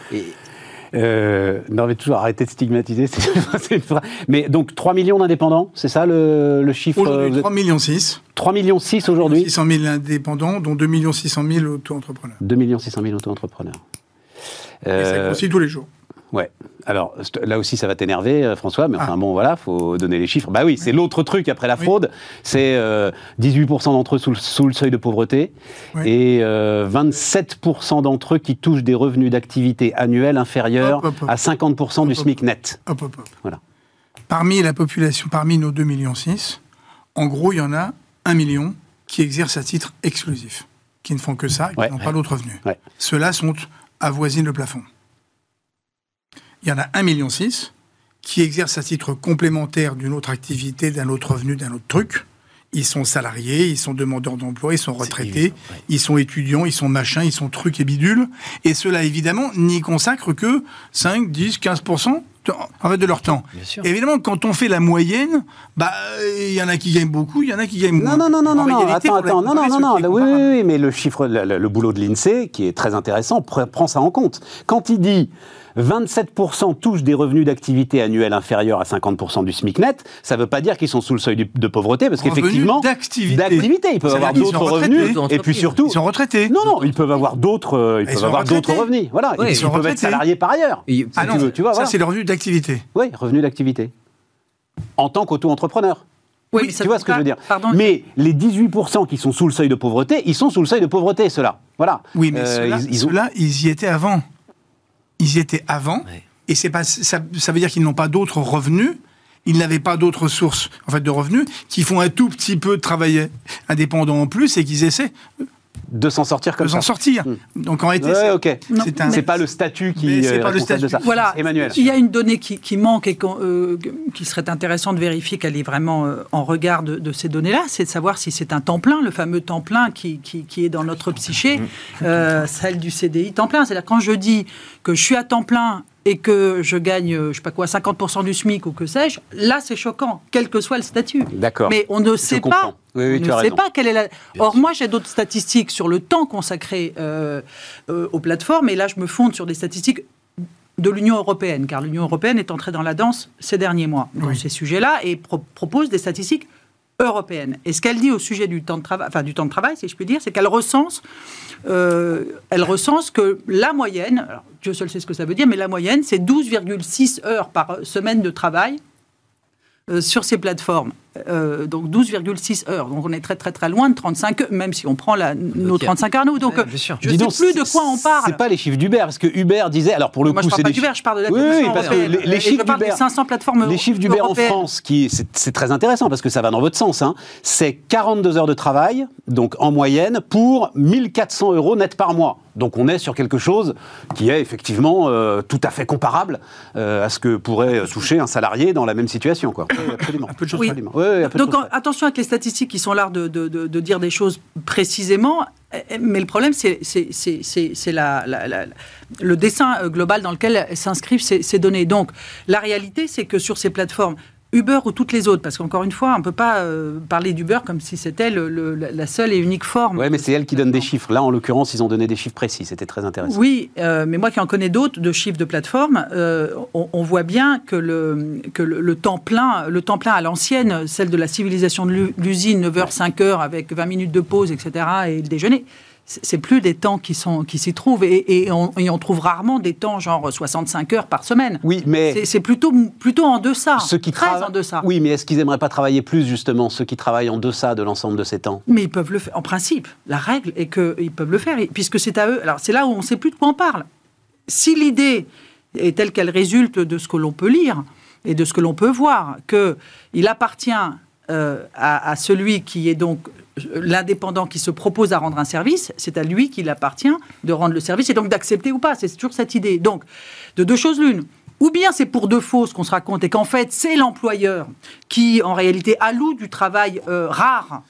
Non, mais toujours arrêter de stigmatiser. C'est une phrase. Mais donc 3 millions d'indépendants, c'est ça le chiffre? Aujourd'hui, 3,6 millions. 3,6 millions aujourd'hui. 600 000 indépendants, dont 2 600 000 auto-entrepreneurs. 2 600 000 auto-entrepreneurs. Et ça grossit tous les jours. Ouais. Alors, là aussi, ça va t'énerver, François, mais enfin bon, voilà, faut donner les chiffres. Bah oui, c'est l'autre truc après la fraude, c'est 18% d'entre eux sous le seuil de pauvreté, et 27% d'entre eux qui touchent des revenus d'activité annuels inférieurs à 50% du SMIC net. Voilà. Parmi la population, parmi nos 2,6 millions, en gros, il y en a 1 million qui exercent à titre exclusif, qui ne font que ça, et qui n'ont pas d'autres revenus. Ceux-là avoisinent le plafond. Il y en a 1,6 million qui exercent à titre complémentaire d'une autre activité, d'un autre revenu, d'un autre truc. Ils sont salariés, ils sont demandeurs d'emploi, ils sont retraités, ils sont étudiants, ils sont machins, ils sont trucs et bidules. Et ceux-là, évidemment, n'y consacrent que 5, 10, 15% en fait, de leur temps. Et évidemment, quand on fait la moyenne, il y en a qui gagnent beaucoup, il y en a qui gagnent moins. Non, oui, mais le chiffre, le boulot de l'INSEE, qui est très intéressant, prend ça en compte. Quand il dit 27% touchent des revenus d'activité annuels inférieurs à 50% du SMIC net, ça ne veut pas dire qu'ils sont sous le seuil de pauvreté, parce qu'effectivement, d'activité, ils peuvent avoir d'autres revenus, et puis surtout... Ils sont retraités. Non, ils peuvent avoir d'autres revenus. Voilà, ils peuvent être salariés par ailleurs. Ça, c'est le revenu d'activité. Oui, revenu d'activité. En tant qu'auto-entrepreneur. Oui, tu vois ce que je veux dire. Mais les 18% qui sont sous le seuil de pauvreté, ils sont sous le seuil de pauvreté, ceux-là. Voilà. Oui, mais ceux-là, ils y étaient avant. Et c'est pas, ça veut dire qu'ils n'ont pas d'autres revenus, ils n'avaient pas d'autres sources de revenus, qui font un tout petit peu de travail indépendant en plus et qu'ils essaient. de s'en sortir comme ça. De s'en sortir. Donc en réalité, c'est pas le statut qui c'est pas le statut de ça. Voilà. Emmanuel. Il y a une donnée qui manque et qui serait intéressant de vérifier qu'elle est vraiment en regard de ces données-là, c'est de savoir si c'est un temps plein, le fameux temps plein qui est dans notre psyché, celle du CDI temps plein. C'est-à-dire quand je dis que je suis à temps plein et que je gagne, 50% du SMIC ou que sais-je, là c'est choquant, quel que soit le statut. D'accord. Mais on ne sait pas. Oui, on ne sait pas quelle est la. Or, moi, j'ai d'autres statistiques sur le temps consacré aux plateformes, et là, je me fonde sur des statistiques de l'Union européenne, car l'Union européenne est entrée dans la danse ces derniers mois dans ces sujets-là et propose des statistiques européennes. Et ce qu'elle dit au sujet du temps de travail, si je puis dire, c'est qu'elle recense que la moyenne, alors Dieu seul sait ce que ça veut dire, mais la moyenne, c'est 12,6 heures par semaine de travail sur ces plateformes. Donc 12,6 heures. Donc on est très très très loin de 35 heures, même si on prend nos 35 heures à nous. Donc je ne sais plus de quoi on parle. C'est pas les chiffres d'Uber, parce que Uber disait, alors pour le coup je parle pas d'Uber, je parle de la plateforme parce que les chiffres je parle des 500 plateformes les chiffres d'Uber en France, c'est très intéressant parce que ça va dans votre sens. C'est 42 heures de travail, donc en moyenne, pour 1400 € net par mois. Donc on est sur quelque chose qui est effectivement tout à fait comparable à ce que pourrait toucher un salarié dans la même situation, quoi. Absolument. Un peu de choses. Donc attention avec les statistiques qui sont là de dire des choses précisément, mais le problème c'est le dessin global dans lequel s'inscrivent ces données. Donc la réalité c'est que sur ces plateformes, Uber ou toutes les autres, parce qu'encore une fois, on ne peut pas parler d'Uber comme si c'était la seule et unique forme. Oui, mais c'est elle qui donne des chiffres. Là, en l'occurrence, ils ont donné des chiffres précis. C'était très intéressant. Oui, mais moi qui en connais d'autres, de chiffres de plateforme, on voit bien que le temps plein à l'ancienne, celle de la civilisation de l'usine, 9h, 5h, avec 20 minutes de pause, etc., et le déjeuner, c'est plus des temps qui s'y trouvent, et on trouve rarement des temps genre 65 heures par semaine. Oui, mais c'est plutôt en deçà, très en deçà. Oui, mais est-ce qu'ils n'aimeraient pas travailler plus, justement, ceux qui travaillent en deçà de l'ensemble de ces temps? Mais ils peuvent le faire, en principe. La règle est qu'ils peuvent le faire, puisque c'est à eux. Alors c'est là où on ne sait plus de quoi on parle. Si l'idée est telle qu'elle résulte de ce que l'on peut lire et de ce que l'on peut voir, qu'il appartient à celui qui est donc l'indépendant qui se propose à rendre un service, c'est à lui qu'il appartient de rendre le service et donc d'accepter ou pas. C'est toujours cette idée. Donc, de deux choses l'une. Ou bien c'est pour de faux ce qu'on se raconte et qu'en fait, c'est l'employeur qui, en réalité, alloue du travail rare,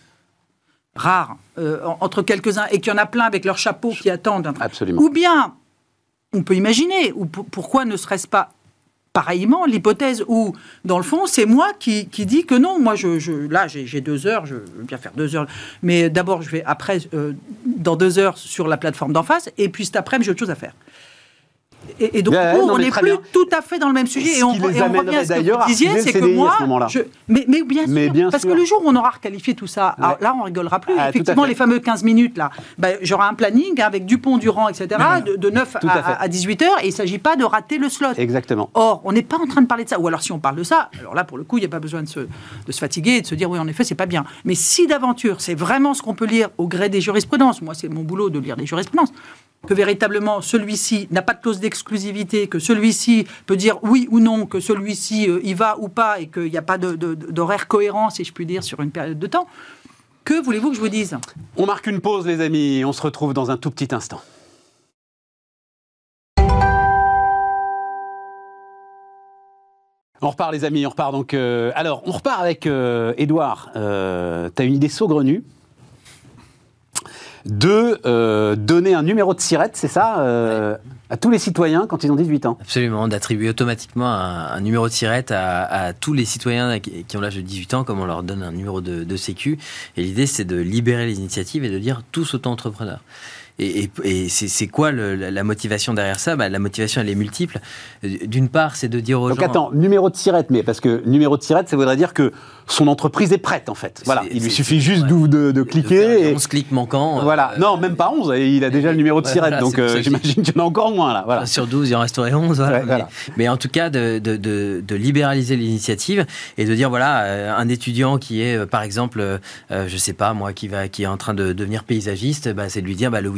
entre quelques-uns, et qu'il y en a plein avec leur chapeau qui attendent. Absolument. Ou bien, on peut imaginer, ou pourquoi ne serait-ce pas pareillement, l'hypothèse où, dans le fond, c'est moi qui dis que non, moi, là, j'ai 2 heures, je veux bien faire 2 heures, mais d'abord, je vais après, dans 2 heures, sur la plateforme d'en face, et puis cet après-midi, j'ai autre chose à faire. Et donc, on n'est plus tout à fait dans le même sujet. Et on revient à ce que vous disiez, c'est que moi... Mais bien sûr, parce que le jour où on aura requalifié tout ça, alors là, on rigolera plus. Effectivement, les fameux 15 minutes, là, j'aurai un planning avec Dupont-Durand, etc., de 9 à 18 heures, et il ne s'agit pas de rater le slot. Exactement. Or, on n'est pas en train de parler de ça. Ou alors, si on parle de ça, alors là, pour le coup, il n'y a pas besoin de se fatiguer et de se dire, oui, en effet, c'est pas bien. Mais si d'aventure, c'est vraiment ce qu'on peut lire au gré des jurisprudences, moi, c'est mon boulot de lire des jurisprudences, que véritablement celui-ci n'a pas de clause d'exclusivité, que celui-ci peut dire oui ou non, que celui-ci y va ou pas, et qu'il n'y a pas d'horaire cohérent, si je puis dire, sur une période de temps, que voulez-vous que je vous dise? On marque une pause, les amis, on se retrouve dans un tout petit instant. On repart, les amis, on repart donc... alors, on repart avec Édouard. Tu as une idée saugrenue de donner un numéro de SIRET, c'est ça, à tous les citoyens quand ils ont 18 ans. Absolument, d'attribuer automatiquement un numéro de SIRET à tous les citoyens qui ont l'âge de 18 ans, comme on leur donne un numéro de sécu. Et l'idée, c'est de libérer les initiatives et de dire tous auto-entrepreneurs. Et c'est quoi la motivation derrière ça? La motivation, elle est multiple. D'une part, c'est de dire aux gens... Donc attends, numéro de SIRET, mais parce que numéro de SIRET, ça voudrait dire que son entreprise est prête, en fait. Voilà, il lui suffit juste de cliquer. Et 11 clics manquants. Voilà, non, même pas 11, il a déjà le numéro de SIRET, voilà, donc j'imagine qu'il y en a encore moins, là. Voilà. Sur 12, il en resterait 11. Voilà. Ouais, voilà. Mais en tout cas, de libéraliser l'initiative et de dire, voilà, un étudiant qui est, par exemple, je sais pas, moi, qui est en train de devenir paysagiste, c'est de lui dire, le week-end,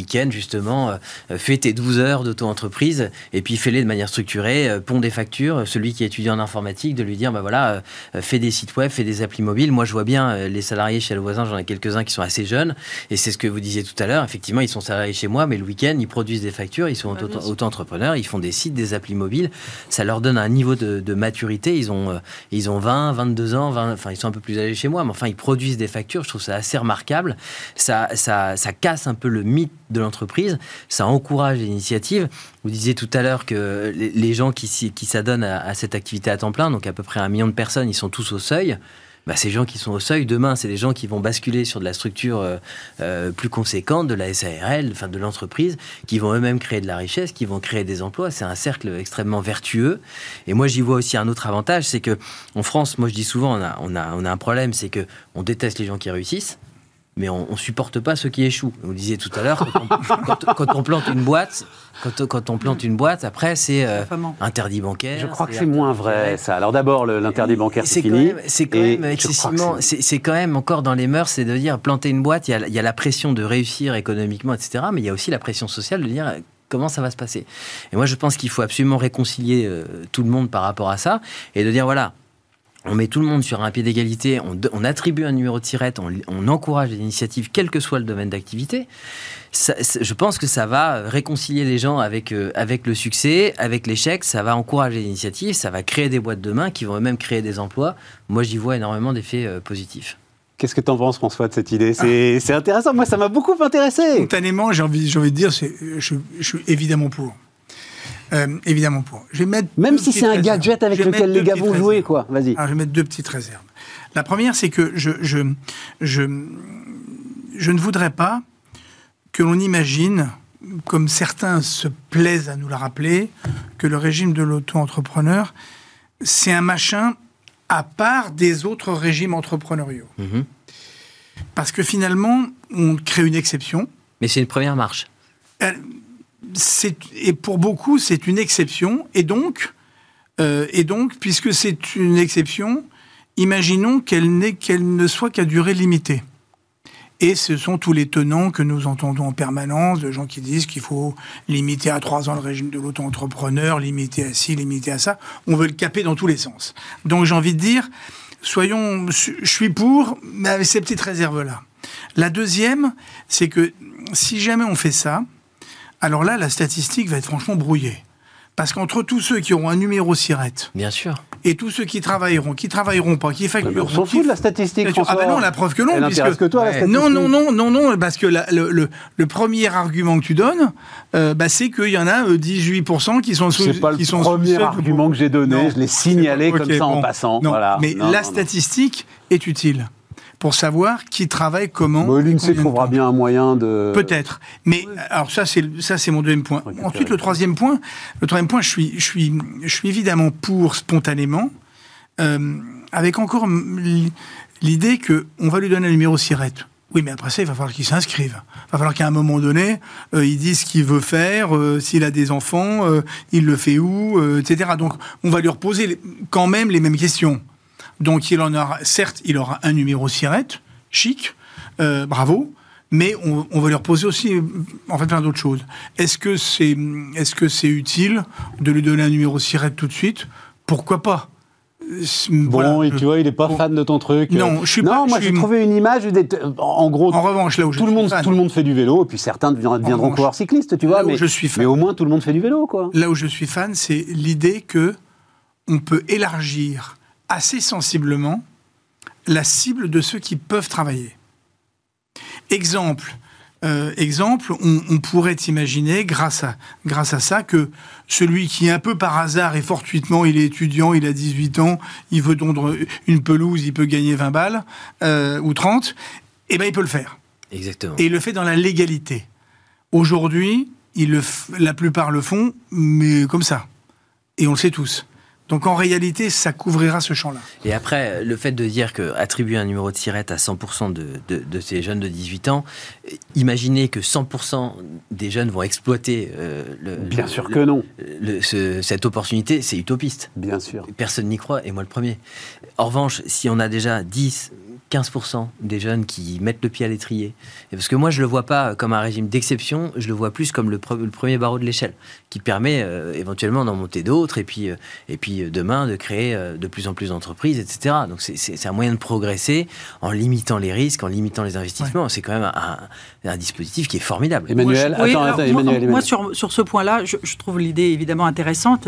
week-end, justement, fais tes 12 heures d'auto-entreprise et puis fais-les de manière structurée, ponds des factures. Celui qui est étudiant en informatique, de lui dire, fais des sites web, fais des applis mobiles. Moi, je vois bien les salariés chez le voisin, j'en ai quelques-uns qui sont assez jeunes et c'est ce que vous disiez tout à l'heure. Effectivement, ils sont salariés chez moi, mais le week-end, ils produisent des factures, ils sont auto-entrepreneurs, ils font des sites, des applis mobiles. Ça leur donne un niveau de maturité. Ils ont 20, 22 ans, ils sont un peu plus âgés chez moi, mais enfin, ils produisent des factures. Je trouve ça assez remarquable. Ça casse un peu le mythe de l'entreprise. Ça encourage l'initiative. Vous disiez tout à l'heure que les gens qui s'adonnent à cette activité à temps plein, donc à peu près 1 million de personnes, ils sont tous au seuil. Ces gens qui sont au seuil, demain, c'est des gens qui vont basculer sur de la structure plus conséquente, de la SARL, de l'entreprise, qui vont eux-mêmes créer de la richesse, qui vont créer des emplois. C'est un cercle extrêmement vertueux. Et moi, j'y vois aussi un autre avantage, c'est que en France, moi je dis souvent, on a un problème, c'est que on déteste les gens qui réussissent, mais on ne supporte pas ceux qui échouent. Vous le disiez tout à l'heure, quand on plante une boîte, après, c'est interdit bancaire. Je crois que c'est moins vrai, ça. Alors d'abord, l'interdit bancaire, c'est fini. C'est quand même excessivement... C'est quand même encore dans les mœurs, c'est de dire, planter une boîte, il y a la pression de réussir économiquement, etc., mais il y a aussi la pression sociale de dire... Comment ça va se passer ? Et moi, je pense qu'il faut absolument réconcilier tout le monde par rapport à ça, et de dire, voilà... On met tout le monde sur un pied d'égalité, on attribue un numéro de SIRET, on encourage les initiatives, quel que soit le domaine d'activité. Je pense que ça va réconcilier les gens avec le succès, avec l'échec, ça va encourager les initiatives, ça va créer des boîtes demain qui vont eux-mêmes créer des emplois. Moi, j'y vois énormément d'effets positifs. Qu'est-ce que tu en penses, François, de cette idée ? C'est intéressant, moi ça m'a beaucoup intéressé. Spontanément, j'ai envie de dire, je suis évidemment pour. Évidemment pour. Je vais mettre même si c'est un gadget avec lequel les gars vont jouer, quoi. Vas-y. Alors, je vais mettre 2 petites réserves. La première, c'est que je ne voudrais pas que l'on imagine, comme certains se plaisent à nous le rappeler, que le régime de l'auto-entrepreneur, c'est un machin à part des autres régimes entrepreneuriaux. Mmh. Parce que finalement, on crée une exception. Mais c'est une première marche. Et pour beaucoup, c'est une exception. Et donc, puisque c'est une exception, imaginons qu'elle ne soit qu'à durée limitée. Et ce sont tous les tenants que nous entendons en permanence, de gens qui disent qu'il faut limiter à 3 ans le régime de l'auto-entrepreneur, limiter à ci, limiter à ça. On veut le caper dans tous les sens. Donc j'ai envie de dire, je suis pour, mais avec ces petites réserves-là. La deuxième, c'est que si jamais on fait ça, alors là, la statistique va être franchement brouillée. Parce qu'entre tous ceux qui auront un numéro SIRET, bien sûr, et tous ceux qui travailleront pas, qui factureront... On s'en fout de la statistique, François. Ah ben non, la preuve que non. Elle intéresse que toi, la statistique. Non, parce que le premier argument que tu donnes, c'est qu'il y en a 18% qui sont sous... C'est pas le premier argument que j'ai donné, je l'ai signalé comme ça en passant. Non, voilà. Mais la statistique est utile pour savoir qui travaille comment. L'INSEE trouvera bien un moyen de... Peut-être. Mais alors ça c'est mon deuxième point. Ensuite, le troisième point, je suis évidemment pour spontanément, avec encore l'idée qu'on va lui donner un numéro SIRET. Oui, mais après ça, il va falloir qu'il s'inscrive. Il va falloir qu'à un moment donné, il dise ce qu'il veut faire, s'il a des enfants, il le fait où, etc. Donc, on va lui reposer quand même les mêmes questions. Donc, il aura un numéro SIRET, chic, bravo, mais on va lui reposer aussi, en fait, plein d'autres choses. Est-ce que c'est utile de lui donner un numéro SIRET tout de suite ? Pourquoi pas ? Bon, et tu vois, il n'est pas fan de ton truc. Non, je suis pas... Non, moi, j'ai trouvé une image en gros... En revanche, là où tout le monde fait du vélo, et puis certains deviendront coureurs cyclistes, tu vois, mais au moins, tout le monde fait du vélo, quoi. Là où je suis fan, c'est l'idée que on peut élargir assez sensiblement la cible de ceux qui peuvent travailler. Exemple, on pourrait imaginer, grâce à ça, que celui qui, un peu par hasard et fortuitement, il est étudiant, il a 18 ans, il veut tondre une pelouse, il peut gagner 20 balles, ou 30, il peut le faire. Exactement. Et il le fait dans la légalité. Aujourd'hui, la plupart le font, mais comme ça. Et on le sait tous. Donc en réalité, ça couvrira ce champ-là. Et après, le fait de dire qu'attribuer un numéro de SIRET à 100% de ces jeunes de 18 ans, imaginez que 100% des jeunes vont exploiter bien sûr que non. Cette opportunité, c'est utopiste. Bien sûr. Personne n'y croit, et moi le premier. En revanche, si on a déjà 10, 15% des jeunes qui mettent le pied à l'étrier. Et parce que moi, je ne le vois pas comme un régime d'exception, je le vois plus comme le premier barreau de l'échelle, qui permet éventuellement d'en monter d'autres, et puis demain de créer de plus en plus d'entreprises, etc. Donc c'est un moyen de progresser en limitant les risques, en limitant les investissements. C'est quand même un dispositif qui est formidable. Emmanuel, Emmanuel. Moi, sur ce point-là, je trouve l'idée évidemment intéressante,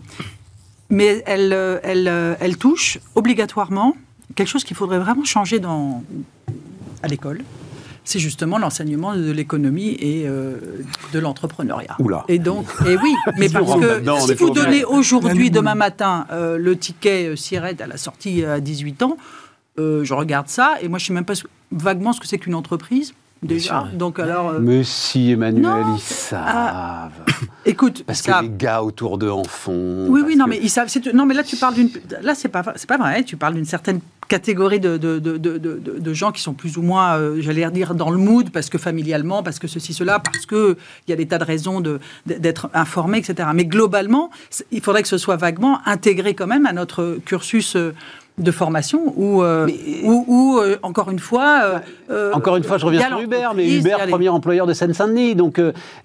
mais elle touche obligatoirement quelque chose qu'il faudrait vraiment changer à l'école. C'est justement l'enseignement de l'économie et de l'entrepreneuriat. Oula. Et oui, mais parce que si vous donnez aujourd'hui, demain matin, le ticket SIRET à la sortie à 18 ans, je regarde ça et moi je ne sais même pas vaguement ce que c'est qu'une entreprise. Déjà, donc alors. Mais si, Emmanuel, ils savent. Écoute, parce que les gars autour d'eux en font. Oui, non, mais ils savent. Non, mais là, tu parles d'une. Là, c'est pas vrai. Tu parles d'une certaine catégorie de gens qui sont plus ou moins, j'allais dire, dans le mood, parce que familialement, parce que ceci, cela, parce que il y a des tas de raisons d'être informés, etc. Mais globalement, il faudrait que ce soit vaguement intégré quand même à notre cursus. De formation ou encore une fois... je reviens sur Uber, mais Uber, premier employeur de Seine-Saint-Denis. Donc,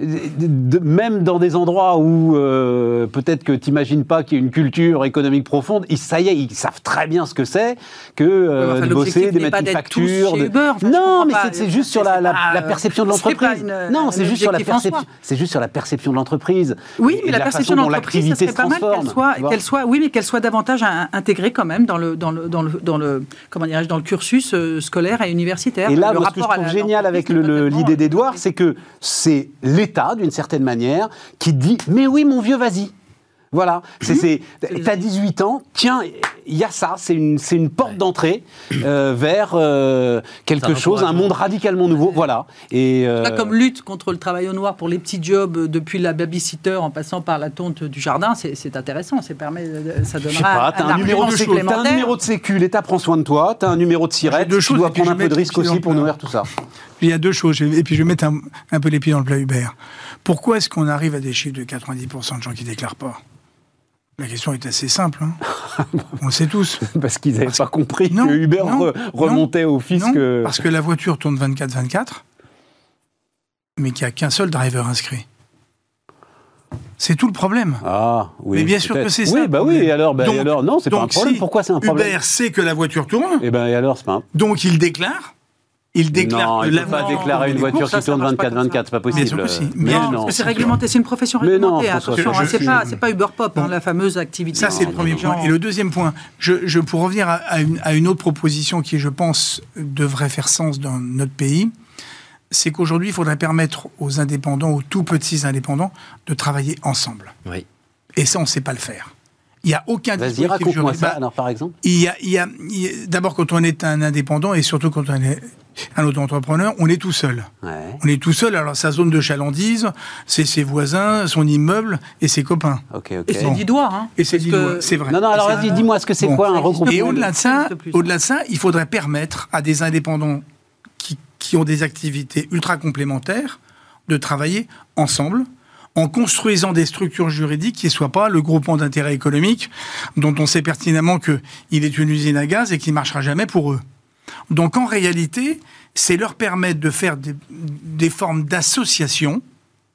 même dans des endroits où peut-être que tu n'imagines pas qu'il y a une culture économique profonde, ça y est, ils savent très bien ce que c'est que de bosser, d'émettre une facture. Non, mais c'est juste sur la perception de l'entreprise. Non, c'est juste sur la perception de l'entreprise. Oui, mais la perception de l'entreprise, ça serait pas mal qu'elle soit davantage intégrée quand même dans le cursus scolaire et universitaire. Et là, ce que je trouve génial avec l'idée d'Edouard, c'est que c'est l'État, d'une certaine manière, qui dit « Mais oui, mon vieux, vas-y ». Voilà, t'as 18 ans, tiens, il y a ça, c'est une porte d'entrée vers quelque chose, un monde radicalement nouveau, voilà. Et comme lutte contre le travail au noir pour les petits jobs, depuis la babysitter en passant par la tonte du jardin, c'est intéressant, ça donnera un numéro de sécu, l'État prend soin de toi, t'as un numéro de SIRET, tu dois prendre un peu de risque aussi pour nourrir tout ça. Il y a deux choses, et puis je vais mettre un peu les pieds dans le plat Uber. Pourquoi est-ce qu'on arrive à des chiffres de 90% de gens qui ne déclarent pas ? La question est assez simple. On le sait tous. Parce qu'ils n'avaient pas compris que Uber remontait au fisc. Non, parce que la voiture tourne 24/24, mais qu'il n'y a qu'un seul driver inscrit. C'est tout le problème. Ah, oui. Mais bien sûr que c'est ça. Oui, bah oui, alors non, c'est pas un problème. Pourquoi c'est un problème ? Uber sait que la voiture tourne. Et alors, c'est pas un... Donc il déclare. Il déclare il ne peut pas déclarer une voiture qui tourne 24/24, c'est pas possible. Mais non, parce que c'est réglementé, c'est une profession réglementée. Attention, c'est pas Uber Pop, la fameuse activité. Ça, c'est le premier point. Et le deuxième point, pour revenir à une autre proposition qui, je pense, devrait faire sens dans notre pays, c'est qu'aujourd'hui, il faudrait permettre aux indépendants, aux tout petits indépendants, de travailler ensemble. Oui. Et ça, on ne sait pas le faire. Il n'y a aucun dispositif juridique. Raconte-moi ça, alors, par exemple. D'abord, quand on est un indépendant, et surtout quand on est un auto-entrepreneur, on est tout seul. Ouais. On est tout seul, alors sa zone de chalandise, c'est ses voisins, son immeuble et ses copains. Okay. Et c'est 10 doigts. Et c'est 10 doigts, c'est vrai. Non, alors vas-y, dis-moi ce que c'est quoi un regroupement. Et au-delà de ça, il faudrait permettre à des indépendants qui ont des activités ultra complémentaires de travailler ensemble, en construisant des structures juridiques qui ne soient pas le groupement d'intérêt économique dont on sait pertinemment qu'il est une usine à gaz et qui ne marchera jamais pour eux. Donc en réalité, c'est leur permettre de faire des formes d'association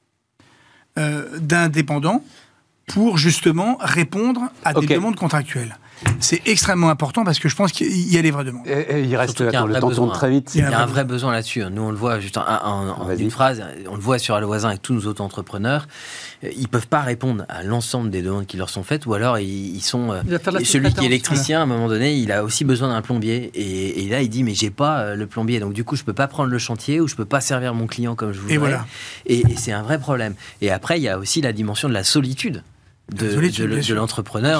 d'indépendants pour justement répondre à des demandes contractuelles. C'est extrêmement important parce que je pense qu'il y a des vraies demandes. Il reste le temps tourne très vite. Il y a un vrai besoin là-dessus. Nous, on le voit juste en une phrase, on le voit sur Allo Voisin avec tous nos auto-entrepreneurs. Ils ne peuvent pas répondre à l'ensemble des demandes qui leur sont faites, ou alors ils sont... celui qui est électricien, à un moment donné, il a aussi besoin d'un plombier. Et là, il dit, mais j'ai pas le plombier, donc du coup, je ne peux pas prendre le chantier, ou je ne peux pas servir mon client comme je voudrais. Et voilà. Et c'est un vrai problème. Et après, il y a aussi la dimension de la solitude de l'entrepreneur,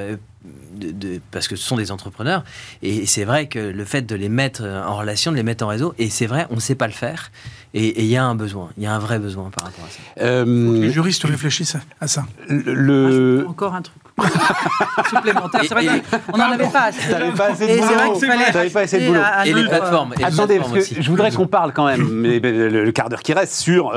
parce que ce sont des entrepreneurs, et c'est vrai que le fait de les mettre en relation, de les mettre en réseau, et c'est vrai, on ne sait pas le faire, et il y a un besoin, il y a un vrai besoin par rapport à ça. Les juristes réfléchissent à ça. Encore un truc supplémentaire. C'est vrai qu'on n'en avait pas assez. T'avais pas assez de boulot. Et les plateformes. Attendez, parce que je voudrais qu'on parle quand même, le quart d'heure qui reste, sur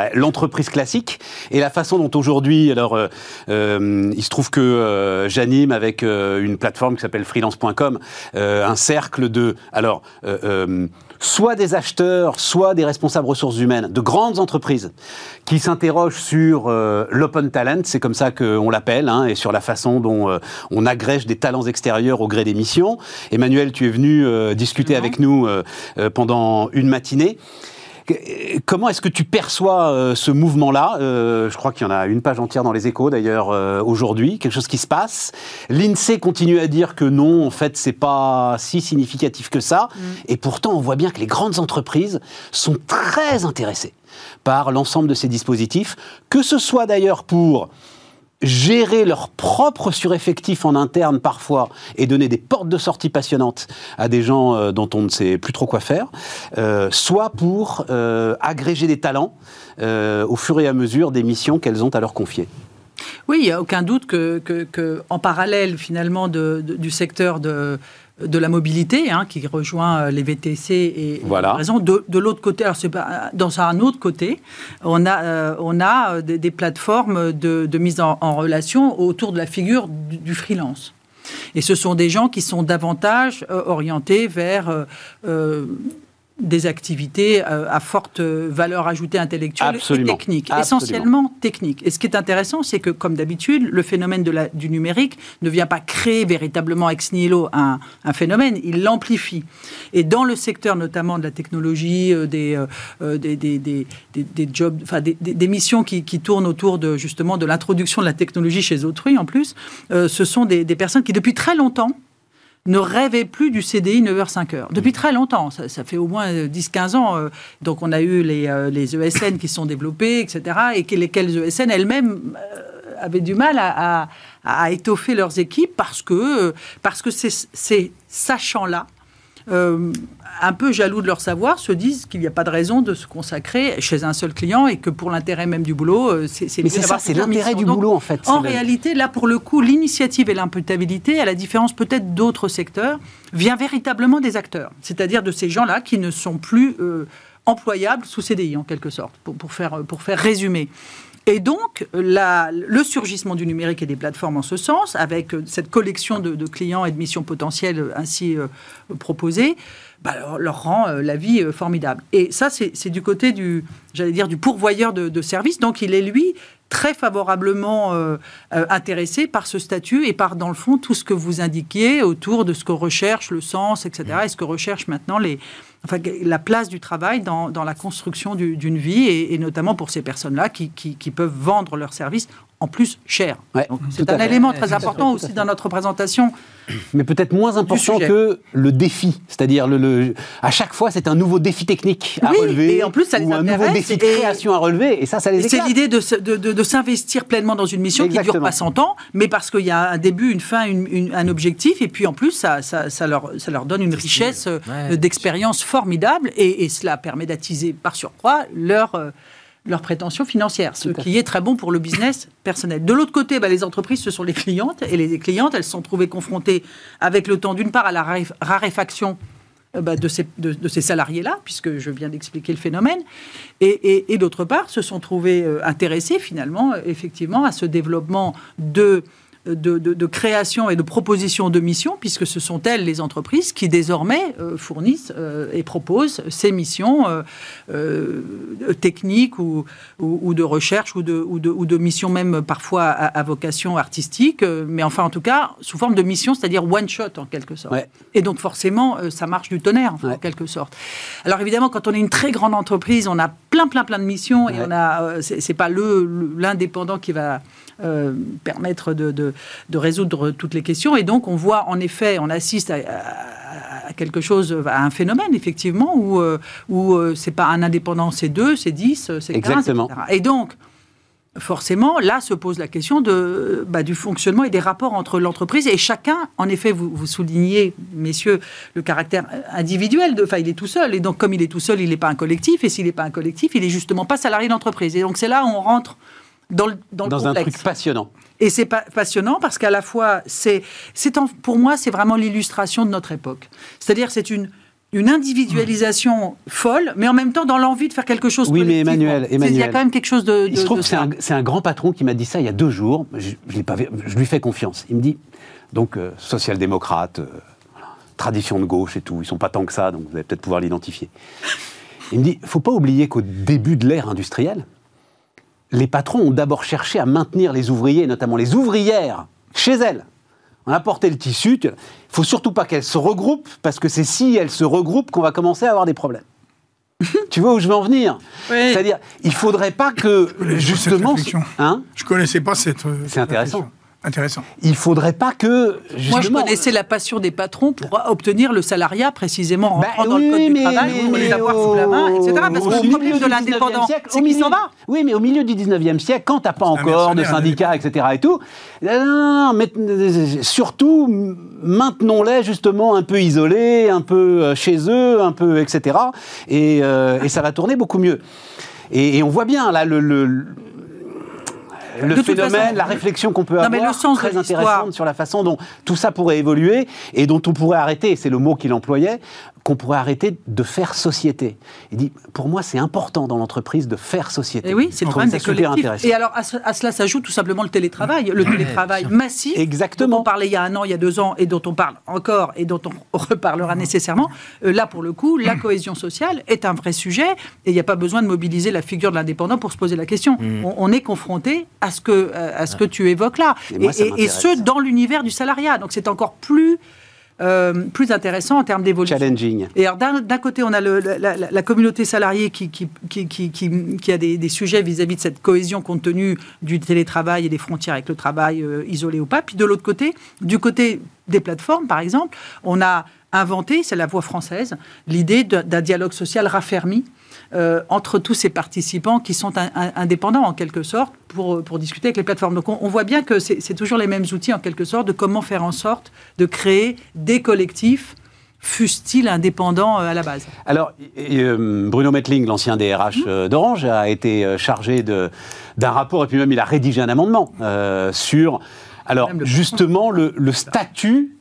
l'entreprise classique et la façon dont aujourd'hui, alors, il se trouve que Janine, j'anime avec une plateforme qui s'appelle freelance.com, un cercle de... Alors, soit des acheteurs, soit des responsables ressources humaines de grandes entreprises qui s'interrogent sur l'open talent, c'est comme ça qu'on l'appelle, hein, et sur la façon dont on agrège des talents extérieurs au gré des missions. Emmanuel, tu es venu discuter avec nous pendant une matinée. Comment est-ce que tu perçois ce mouvement-là ? Je crois qu'il y en a une page entière dans les Échos, d'ailleurs, aujourd'hui. Quelque chose qui se passe. L'INSEE continue à dire que non, en fait, c'est pas si significatif que ça. Et pourtant, on voit bien que les grandes entreprises sont très intéressées par l'ensemble de ces dispositifs, que ce soit d'ailleurs pour gérer leur propre sureffectif en interne parfois et donner des portes de sortie passionnantes à des gens dont on ne sait plus trop quoi faire, soit pour agréger des talents au fur et à mesure des missions qu'elles ont à leur confier. Oui, il n'y a aucun doute que en parallèle finalement du secteur de la mobilité, hein, qui rejoint les VTC et voilà. Raison. De l'autre côté, alors c'est pas, dans un autre côté, on a des plateformes de mise en relation autour de la figure du freelance. Et ce sont des gens qui sont davantage orientés vers des activités à forte valeur ajoutée intellectuelle et technique, essentiellement technique. Et ce qui est intéressant, c'est que, comme d'habitude, le phénomène du numérique ne vient pas créer véritablement ex nihilo un phénomène, il l'amplifie. Et dans le secteur notamment de la technologie, des jobs, enfin des missions qui tournent autour justement de l'introduction de la technologie chez autrui en plus, ce sont des personnes qui depuis très longtemps ne rêvaient plus du CDI 9h-5h. Depuis très longtemps, ça fait au moins 10-15 ans. Donc on a eu les ESN qui se sont développés, etc. Et lesquelles ESN elles-mêmes avaient du mal à étoffer leurs équipes parce que ces sachants-là, un peu jaloux de leur savoir, se disent qu'il n'y a pas de raison de se consacrer chez un seul client et que pour l'intérêt même du boulot, c'est mais c'est ça, c'est l'intérêt du boulot en fait. En réalité, là pour le coup, l'initiative et l'imputabilité, à la différence peut-être d'autres secteurs, vient véritablement des acteurs, c'est-à-dire de ces gens-là qui ne sont plus employables sous CDI en quelque sorte, pour faire résumer. Et donc, le surgissement du numérique et des plateformes en ce sens, avec cette collection de clients et de missions potentielles ainsi proposées, leur rend la vie formidable. Et ça, c'est du côté du pourvoyeur de services. Donc, il est, lui, très favorablement intéressé par ce statut et par, dans le fond, tout ce que vous indiquiez autour de ce que recherche le sens, etc. Et ce que recherche maintenant la place du travail dans la construction d'une vie et notamment pour ces personnes-là qui peuvent vendre leurs services en plus cher. Ouais, c'est un élément très important aussi dans notre présentation. Mais peut-être moins important que le défi. C'est-à-dire, à chaque fois, c'est un nouveau défi technique à relever. Et en plus, ça les intéresse. Un nouveau défi de création à relever. Et ça les éclate. C'est l'idée de s'investir pleinement dans une mission qui ne dure pas 100 ans, mais parce qu'il y a un début, une fin, un objectif. Et puis, en plus, ça leur donne une richesse d'expérience formidable. Et cela permet d'attiser, par surcroît, leurs prétentions financières, ce qui est très bon pour le business personnel. De l'autre côté, les entreprises, ce sont les clientes, et les clientes, elles se sont trouvées confrontées avec le temps, d'une part, à la raréfaction de ces salariés-là, puisque je viens d'expliquer le phénomène, et d'autre part, se sont trouvées intéressées, finalement, effectivement, à ce développement de création et de proposition de missions, puisque ce sont elles, les entreprises, qui désormais fournissent et proposent ces missions techniques ou de recherche ou de missions même parfois à vocation artistique, mais enfin en tout cas sous forme de missions, c'est-à-dire one-shot en quelque sorte. Ouais. Et donc forcément, ça marche du tonnerre en quelque sorte. Alors évidemment, quand on est une très grande entreprise, on a plein de missions et on a, c'est pas l'indépendant qui va permettre de résoudre toutes les questions. Et donc, on voit, en effet, on assiste à quelque chose, à un phénomène, effectivement, où c'est pas un indépendant, c'est 2, c'est 10, c'est 15, exactement. etc. Et donc, forcément, là se pose la question du fonctionnement et des rapports entre l'entreprise et chacun. En effet, vous soulignez, messieurs, le caractère individuel. Il est tout seul. Et donc, comme il est tout seul, il n'est pas un collectif. Et s'il n'est pas un collectif, il n'est justement pas salarié d'entreprise. Et donc, c'est là où on rentre dans le complexe. Un truc passionnant. Et c'est passionnant parce qu'à la fois, pour moi, c'est vraiment l'illustration de notre époque. C'est-à-dire, c'est une individualisation folle, mais en même temps dans l'envie de faire quelque chose de collectif. Oui, mais Emmanuel, il y a quand même quelque chose de... Il se trouve que c'est un grand patron qui m'a dit ça il y a 2 jours. Je lui fais confiance. Il me dit, Donc, social-démocrate, tradition de gauche et tout. Ils ne sont pas tant que ça, donc vous allez peut-être pouvoir l'identifier. Il me dit, il ne faut pas oublier qu'au début de l'ère industrielle, les patrons ont d'abord cherché à maintenir les ouvriers, notamment les ouvrières, chez elles. On a porté le tissu. Il ne faut surtout pas qu'elles se regroupent, parce que c'est si elles se regroupent qu'on va commencer à avoir des problèmes. Tu vois où je veux en venir ? Oui. C'est-à-dire, il ne faudrait pas que, justement... Je ne connaissais pas cette... C'est intéressant. Intéressant. Il ne faudrait pas que, justement... Moi, je connaissais la passion des patrons pour obtenir le salariat, précisément, en rentrant dans le code du travail, pour les avoir sous la main, etc. Parce que le problème de l'indépendant, c'est qu'il s'en va. Oui, mais au milieu du 19e siècle, quand tu n'as pas encore de syndicats, etc. et tout, non, mais surtout, maintenons-les justement un peu isolés, un peu chez eux, un peu, etc. Et ça va tourner beaucoup mieux. Et on voit bien, là, le phénomène, façon, la réflexion qu'on peut avoir, le sens très intéressante sur la façon dont tout ça pourrait évoluer et dont on pourrait arrêter, c'est le mot qu'il employait, qu'on pourrait arrêter de faire société. Il dit, pour moi, c'est important dans l'entreprise de faire société. Et oui, c'est le problème des collectifs. Et alors, à cela s'ajoute tout simplement le télétravail, le télétravail massif, exactement, dont on parlait il y a 1 an, il y a 2 ans, et dont on parle encore, et dont on reparlera nécessairement. Là, pour le coup, la cohésion sociale est un vrai sujet, et il n'y a pas besoin de mobiliser la figure de l'indépendant pour se poser la question. On est confronté à ce que tu évoques là. Et ce, dans l'univers du salariat. Donc, c'est encore plus intéressant en termes d'évolution. Challenging. Et alors, d'un côté, on a la communauté salariée qui a des sujets vis-à-vis de cette cohésion compte tenu du télétravail et des frontières avec le travail isolé ou pas. Puis de l'autre côté, du côté des plateformes, par exemple, on a inventé, c'est la voie française, l'idée d'un dialogue social raffermi entre tous ces participants qui sont indépendants, en quelque sorte, pour discuter avec les plateformes. Donc, on voit bien que c'est toujours les mêmes outils, en quelque sorte, de comment faire en sorte de créer des collectifs, fussent-ils indépendants à la base. Alors, Bruno Mettling, l'ancien DRH d'Orange, a été chargé d'un rapport, et puis même il a rédigé un amendement sur, alors, justement, le statut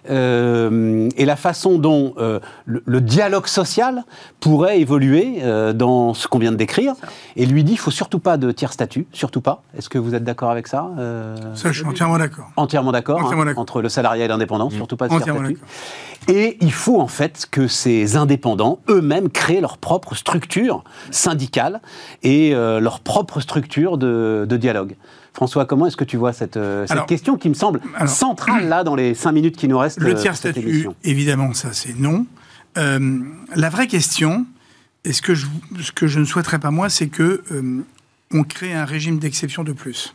et la façon dont le dialogue social pourrait évoluer dans ce qu'on vient de décrire. Et lui dit, il ne faut surtout pas de tiers-statut, surtout pas. Est-ce que vous êtes d'accord avec ça Ça, je suis entièrement d'accord. Entièrement d'accord, entre le salariat et l'indépendant, surtout pas de tiers-statut. Et il faut en fait que ces indépendants eux-mêmes créent leur propre structure syndicale et leur propre structure de dialogue. François, comment est-ce que tu vois cette question qui me semble centrale là dans les 5 minutes qui nous restent? Le tiers-statut, évidemment, ça c'est non. La vraie question, et ce que je ne souhaiterais pas moi, c'est que on crée un régime d'exception de plus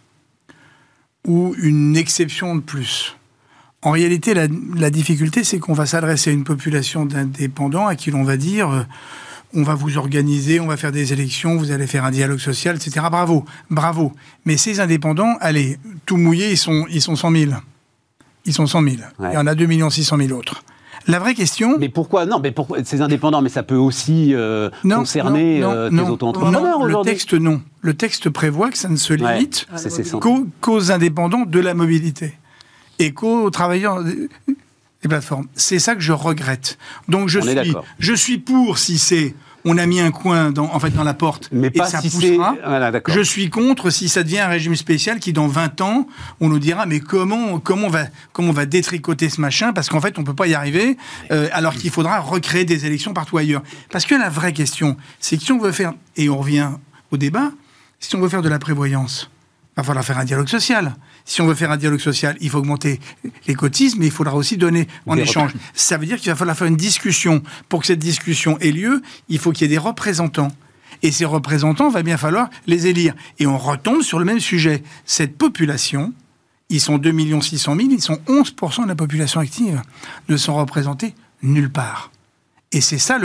ou une exception de plus. En réalité, la difficulté, c'est qu'on va s'adresser à une population d'indépendants à qui l'on va dire on va vous organiser, on va faire des élections, vous allez faire un dialogue social, etc. Bravo, bravo. Mais ces indépendants, allez, tout mouillés, ils sont 100 000. Ils sont 100 000. Ouais. Il y en a 2 600 000 autres. La vraie question... Mais pourquoi ces indépendants, mais ça peut aussi concerner tes auto-entrepreneurs aujourd'hui. Le texte prévoit que ça ne se limite qu'aux indépendants de la mobilité et qu'aux travailleurs des plateformes. C'est ça que je regrette. Donc je suis pour si c'est... On a mis un coin dans la porte mais et pas ça si poussera. Voilà, je suis contre si ça devient un régime spécial qui, dans 20 ans, on nous dira mais comment on va détricoter ce machin parce qu'en fait, on ne peut pas y arriver alors qu'il faudra recréer des élections partout ailleurs. Parce que la vraie question, c'est que si on veut faire, et on revient au débat, si on veut faire de la prévoyance, il va falloir faire un dialogue social. Si on veut faire un dialogue social, il faut augmenter les cotismes, mais il faudra aussi donner en échange. Ça veut dire qu'il va falloir faire une discussion. Pour que cette discussion ait lieu, il faut qu'il y ait des représentants. Et ces représentants, il va bien falloir les élire. Et on retombe sur le même sujet. Cette population, ils sont 2 600 000, ils sont 11% de la population active, ne sont représentés nulle part. Et c'est ça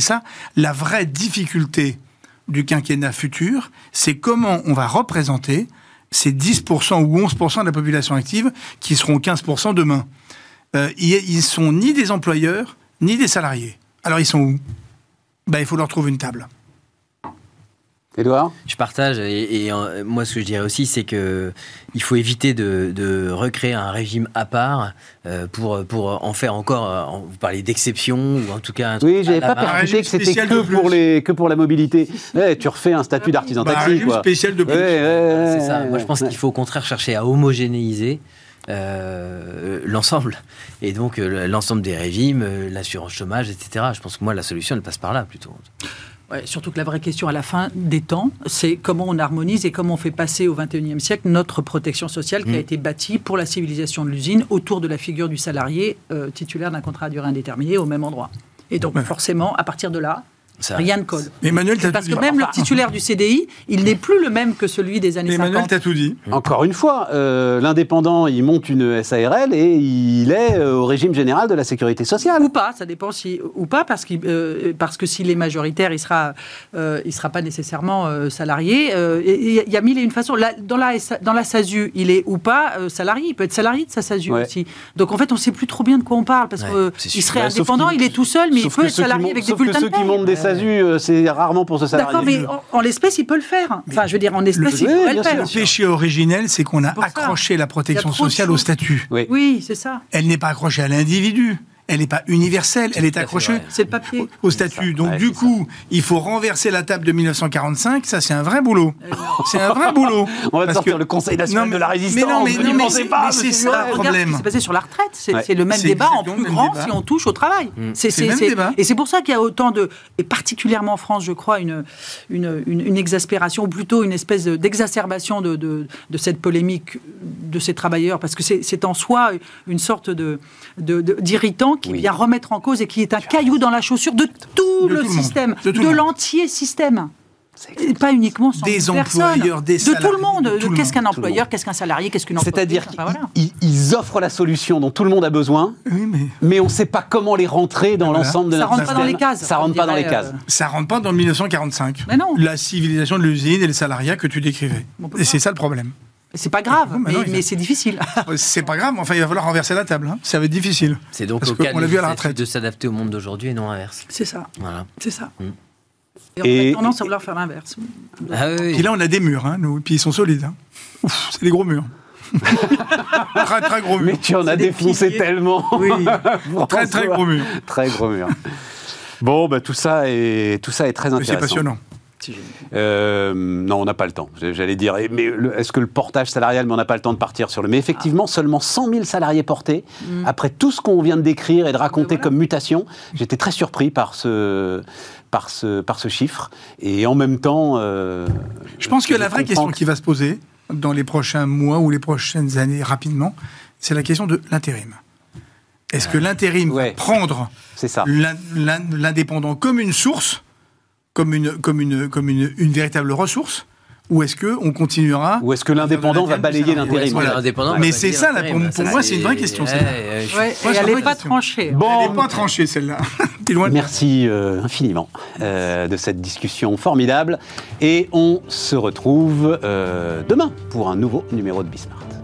la vraie difficulté du quinquennat futur, c'est comment on va représenter ces 10% ou 11% de la population active qui seront 15% demain. Ils ne sont ni des employeurs, ni des salariés. Alors ils sont où ? Il faut leur trouver une table. Édouard ? Je partage, et moi ce que je dirais aussi, c'est qu'il faut éviter de recréer un régime à part pour en faire encore, vous parlez d'exception, ou en tout cas... Oui, je n'avais pas percuté que c'était que pour la mobilité. Ouais, tu refais un statut d'artisan taxi. Un régime spécial de plus. C'est ça. Moi je pense qu'il faut au contraire chercher à homogénéiser l'ensemble. Et donc, l'ensemble des régimes, l'assurance chômage, etc. Je pense que moi, la solution, elle passe par là, plutôt. Ouais, surtout que la vraie question à la fin des temps, c'est comment on harmonise et comment on fait passer au XXIe siècle notre protection sociale qui a été bâtie pour la civilisation de l'usine autour de la figure du salarié titulaire d'un contrat à durée indéterminée au même endroit. Et donc, forcément, à partir de là, rien ne colle. Emmanuel, parce que même le titulaire du CDI, il n'est plus le même que celui des années 50. Emmanuel, t'as tout dit. Encore une fois, l'indépendant, il monte une SARL et il est au régime général de la sécurité sociale. Ou pas, ça dépend ou pas, parce que s'il est majoritaire, il sera pas nécessairement salarié. Il y a mille et une façons. Là, dans la SASU, il est ou pas salarié. Il peut être salarié de sa SASU aussi. Donc en fait, on ne sait plus trop bien de quoi on parle, parce qu'il serait indépendant, il est tout seul, mais il peut être salarié avec des bulletins de paie. Ceux qui montent des SASU, c'est rarement pour se salarier. D'accord, mais en l'espèce, il peut le faire. Enfin, je veux dire, en espèce, il pourrait le faire. Le péché originel, c'est qu'on a accroché la protection sociale au statut. Oui, c'est ça. Elle n'est pas accrochée à l'individu. Elle n'est pas universelle, elle est accrochée au statut. Donc du coup, il faut renverser la table de 1945, ça c'est un vrai boulot. C'est un vrai boulot. On va sortir le Conseil national de la résistance. Mais c'est ça le problème. C'est basé sur la retraite, c'est le même débat en plus grand si on touche au travail. C'est le même débat. Et c'est pour ça qu'il y a autant et particulièrement en France, je crois, une exaspération, ou plutôt une espèce d'exacerbation de cette polémique de ces travailleurs, parce que c'est en soi une sorte d'irritant qui vient remettre en cause et qui est un caillou dans la chaussure de tout le système, de l'entier système. Et pas uniquement sans des employeurs, des salariés. De tout le monde. Qu'est-ce qu'un employeur, qu'est-ce qu'un salarié, qu'est-ce qu'une employée. C'est-à-dire qu'ils offrent la solution dont tout le monde a besoin, mais on ne sait pas comment les rentrer dans l'ensemble de notre système. Ça rentre pas dans les cases. Ça rentre pas dans les cases. Ça rentre pas dans 1945. Mais non. La civilisation de l'usine et le salariat que tu décrivais. Et c'est ça le problème. C'est pas grave, mais c'est difficile. C'est pas grave, enfin il va falloir renverser la table. Ça va être difficile. C'est donc au cas de s'adapter au monde d'aujourd'hui et non l'inverse. C'est ça. Voilà. C'est ça. Et on a tendance à vouloir faire l'inverse. Puis là on a des murs, nous, puis ils sont solides. Ouf, c'est des gros murs. Très très gros murs. Mais tu en as défoncé tellement. Oui. Très très gros murs. Très gros murs. Bon, tout ça est très intéressant. C'est passionnant. Non, on n'a pas le temps. J'allais dire, mais est-ce que le portage salarial, mais on n'a pas le temps de partir sur le... Mais effectivement, seulement 100 000 salariés portés, après tout ce qu'on vient de décrire et de raconter comme mutation, j'étais très surpris par ce chiffre. Et en même temps... je pense que la vraie question qui va se poser dans les prochains mois ou les prochaines années, rapidement, c'est la question de l'intérim. Est-ce que l'intérim va prendre l'indépendant comme une source, comme une véritable ressource, ou est-ce qu'on continuera... Ou est-ce que l'indépendant va balayer l'intérim? Mais c'est ça, là, pour moi, c'est une vraie question, celle-là. Elle n'est pas tranchée. Elle n'est pas tranchée, celle-là. Merci infiniment de cette discussion formidable. Et on se retrouve demain pour un nouveau numéro de Bismart.